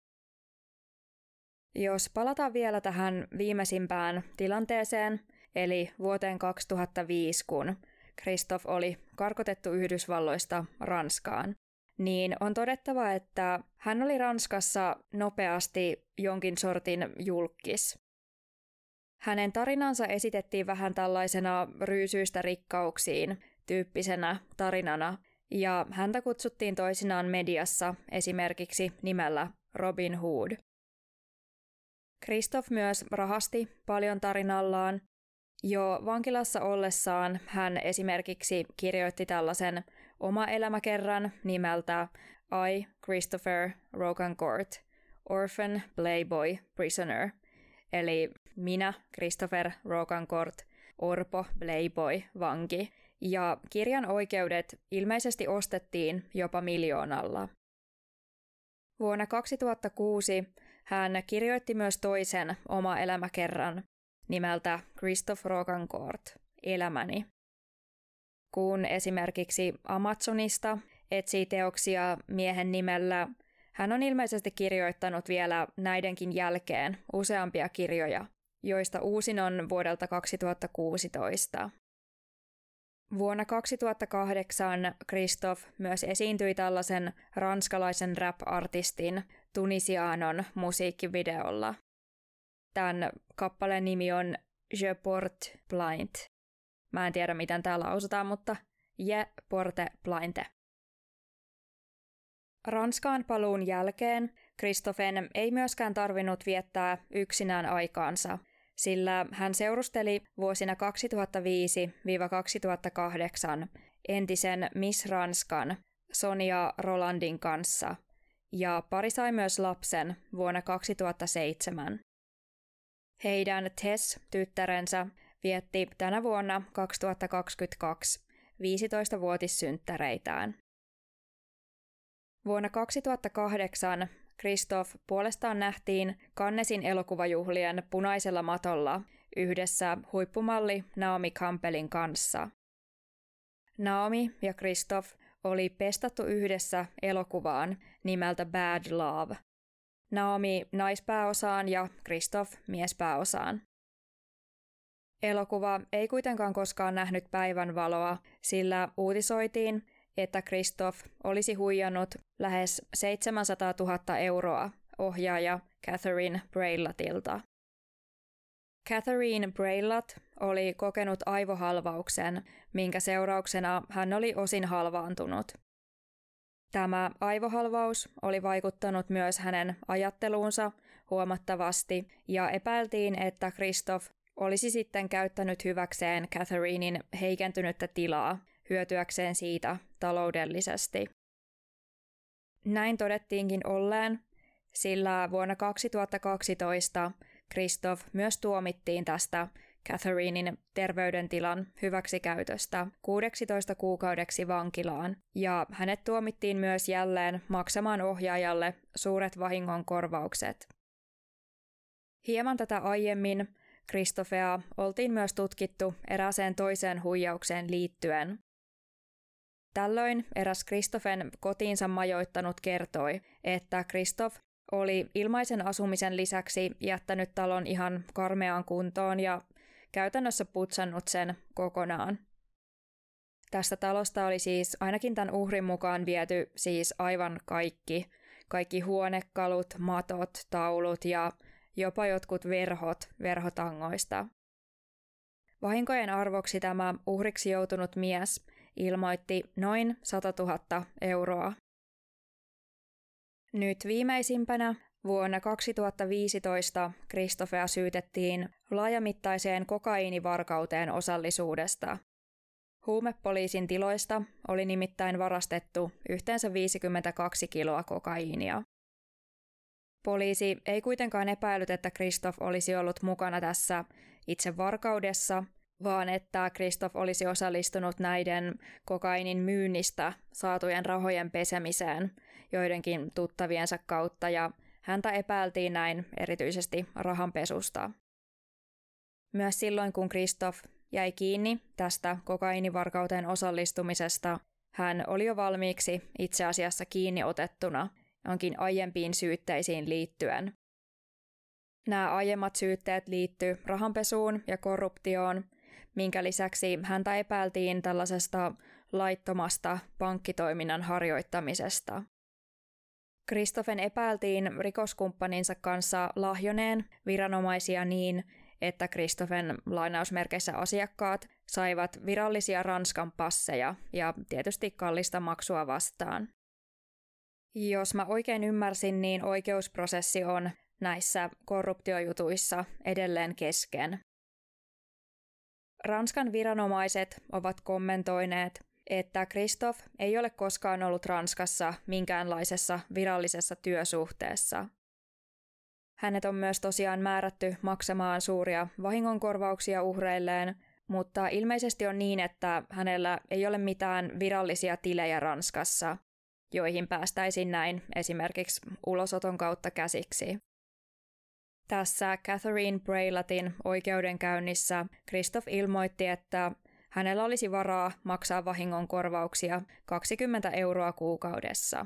Jos palataan vielä tähän viimeisimpään tilanteeseen, eli vuoteen 2005, kun Christoph oli karkotettu Yhdysvalloista Ranskaan, niin on todettava, että hän oli Ranskassa nopeasti jonkin sortin julkkis. Hänen tarinansa esitettiin vähän tällaisena ryysyistä rikkauksiin tyyppisenä tarinana, ja häntä kutsuttiin toisinaan mediassa esimerkiksi nimellä Robin Hood. Christoph myös rahasti paljon tarinallaan. Jo vankilassa ollessaan hän esimerkiksi kirjoitti tällaisen oma elämäkerran nimeltä I, Christopher Rocancourt, Orphan Playboy Prisoner, eli minä, Christopher Rocancourt, orpo Playboy vanki, ja kirjan oikeudet ilmeisesti ostettiin jopa miljoonalla. Vuonna 2006 hän kirjoitti myös toisen oma elämäkerran nimeltä Christoph Rocancourt, elämäni. Kun esimerkiksi Amazonista etsii teoksia miehen nimellä, hän on ilmeisesti kirjoittanut vielä näidenkin jälkeen useampia kirjoja, joista uusin on vuodelta 2016. Vuonna 2008 Christoph myös esiintyi tällaisen ranskalaisen rap-artistin Tunisianon musiikkivideolla. Tämän kappaleen nimi on Je porte plainte. Mä en tiedä, miten tää lausutaan, mutta Je porte plainte. Ranskaan paluun jälkeen Christophen ei myöskään tarvinnut viettää yksinään aikaansa, sillä hän seurusteli vuosina 2005–2008 entisen Miss Ranskan Sonia Rolandin kanssa, ja pari sai myös lapsen vuonna 2007. Heidän Tess-tyttärensä vietti tänä vuonna 2022 15-vuotissynttäreitään. Vuonna 2008 Christoph puolestaan nähtiin Cannesin elokuvajuhlien punaisella matolla yhdessä huippumalli Naomi Campbellin kanssa. Naomi ja Christoph oli pestattu yhdessä elokuvaan nimeltä Bad Love. Naomi naispääosaan ja Christoph miespääosaan. Elokuva ei kuitenkaan koskaan nähnyt päivänvaloa, sillä uutisoitiin, että Christoph olisi huijannut lähes 700 000 euroa ohjaaja Catherine Breillatilta. Catherine Breillat oli kokenut aivohalvauksen, minkä seurauksena hän oli osin halvaantunut. Tämä aivohalvaus oli vaikuttanut myös hänen ajatteluunsa huomattavasti ja epäiltiin, että Christoph olisi sitten käyttänyt hyväkseen Catherinin heikentynyttä tilaa hyötyäkseen siitä taloudellisesti. Näin todettiinkin olleen, sillä vuonna 2012 Christoph myös tuomittiin tästä Catherinin terveydentilan hyväksikäytöstä 16 kuukaudeksi vankilaan, ja hänet tuomittiin myös jälleen maksamaan ohjaajalle suuret vahingonkorvaukset. Hieman tätä aiemmin Christophea oltiin myös tutkittu erääseen toiseen huijaukseen liittyen. Tällöin eräs Christophen kotiinsa majoittanut kertoi, että Christoph oli ilmaisen asumisen lisäksi jättänyt talon ihan karmeaan kuntoon ja käytännössä putsannut sen kokonaan. Tästä talosta oli siis ainakin tämän uhrin mukaan viety siis aivan kaikki huonekalut, matot, taulut ja jopa jotkut verhot verhotangoista. Vahinkojen arvoksi tämä uhriksi joutunut mies ilmoitti noin 100 000 euroa. Nyt viimeisimpänä vuonna 2015 Christophea syytettiin laajamittaiseen kokaiinivarkauteen osallisuudesta. Huumepoliisin tiloista oli nimittäin varastettu yhteensä 52 kiloa kokaiinia. Poliisi ei kuitenkaan epäillyt, että Christoph olisi ollut mukana tässä itse varkaudessa, vaan että Christophe olisi osallistunut näiden kokainin myynnistä saatujen rahojen pesemiseen joidenkin tuttaviensa kautta ja häntä epäiltiin näin erityisesti rahanpesusta. Myös silloin, kun Christophe jäi kiinni tästä kokainivarkauteen osallistumisesta, hän oli jo valmiiksi itse asiassa kiinni otettuna jonkin aiempiin syytteisiin liittyen. Nämä aiemmat syytteet liittyivät rahanpesuun ja korruptioon, minkä lisäksi häntä epäiltiin tällaisesta laittomasta pankkitoiminnan harjoittamisesta. Christophen epäiltiin rikoskumppaninsa kanssa lahjoneen viranomaisia niin, että Christophen lainausmerkeissä asiakkaat saivat virallisia Ranskan passeja ja tietysti kallista maksua vastaan. Jos mä oikein ymmärsin, niin oikeusprosessi on näissä korruptiojutuissa edelleen kesken. Ranskan viranomaiset ovat kommentoineet, että Christophe ei ole koskaan ollut Ranskassa minkäänlaisessa virallisessa työsuhteessa. Hänet on myös tosiaan määrätty maksamaan suuria vahingonkorvauksia uhreilleen, mutta ilmeisesti on niin, että hänellä ei ole mitään virallisia tilejä Ranskassa, joihin päästäisiin näin esimerkiksi ulosoton kautta käsiksi. Tässä Catherine Braylatin oikeudenkäynnissä Christophe ilmoitti, että hänellä olisi varaa maksaa vahingonkorvauksia 20 € kuukaudessa.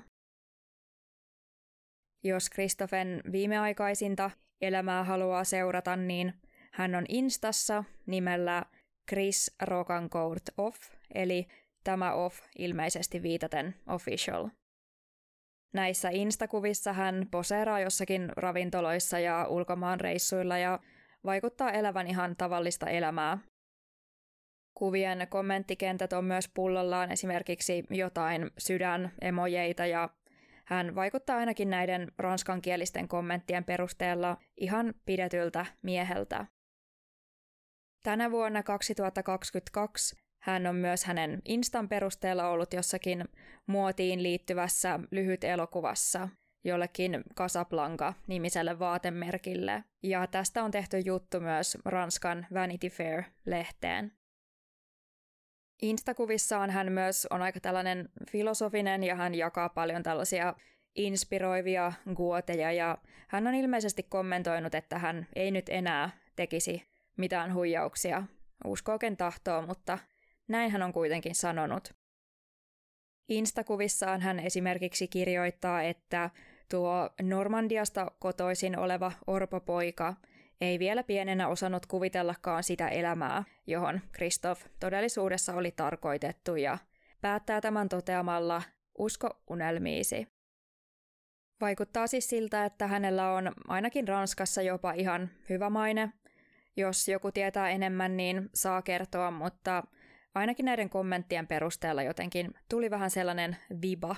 Jos Christophen viimeaikaisinta elämää haluaa seurata, niin hän on Instassa nimellä Chris Rocancourt Off, eli tämä off ilmeisesti viitaten official. Näissä Instakuvissa hän poseeraa jossakin ravintoloissa ja ulkomaanreissuilla ja vaikuttaa elävän ihan tavallista elämää. Kuvien kommenttikentät on myös pullollaan esimerkiksi jotain sydänemojeita ja hän vaikuttaa ainakin näiden ranskankielisten kommenttien perusteella ihan pidetyltä mieheltä. Tänä vuonna 2022 hän on myös hänen Instan perusteella ollut jossakin muotiin liittyvässä lyhytelokuvassa jollekin Casablanca-nimiselle vaatemerkille, ja tästä on tehty juttu myös Ranskan Vanity Fair-lehteen. Instakuvissaan hän myös on aika tällainen filosofinen ja hän jakaa paljon tällaisia inspiroivia quoteja ja hän on ilmeisesti kommentoinut, että hän ei nyt enää tekisi mitään huijauksia. Uskoo ken tahtoo, mutta näin hän on kuitenkin sanonut. Instakuvissaan hän esimerkiksi kirjoittaa, että tuo Normandiasta kotoisin oleva orpopoika ei vielä pienenä osannut kuvitellakaan sitä elämää, johon Christophe todellisuudessa oli tarkoitettu ja päättää tämän toteamalla usko unelmiisi. Vaikuttaa siis siltä, että hänellä on ainakin Ranskassa jopa ihan hyvä maine. Jos joku tietää enemmän, niin saa kertoa, mutta ainakin näiden kommenttien perusteella jotenkin tuli vähän sellainen viba.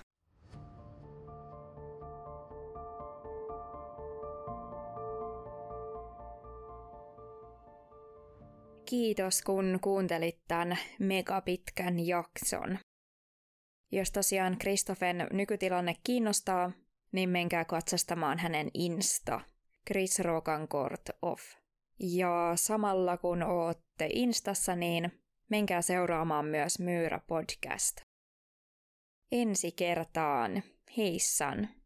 Kiitos, kun kuuntelit tämän megapitkän jakson. Jos tosiaan Christophen nykytilanne kiinnostaa, niin menkää katsastamaan hänen Insta, Chris Rocancourt Off. Ja samalla kun ootte Instassa, niin menkää seuraamaan myös Myyrä podcast. Ensi kertaan, heissan!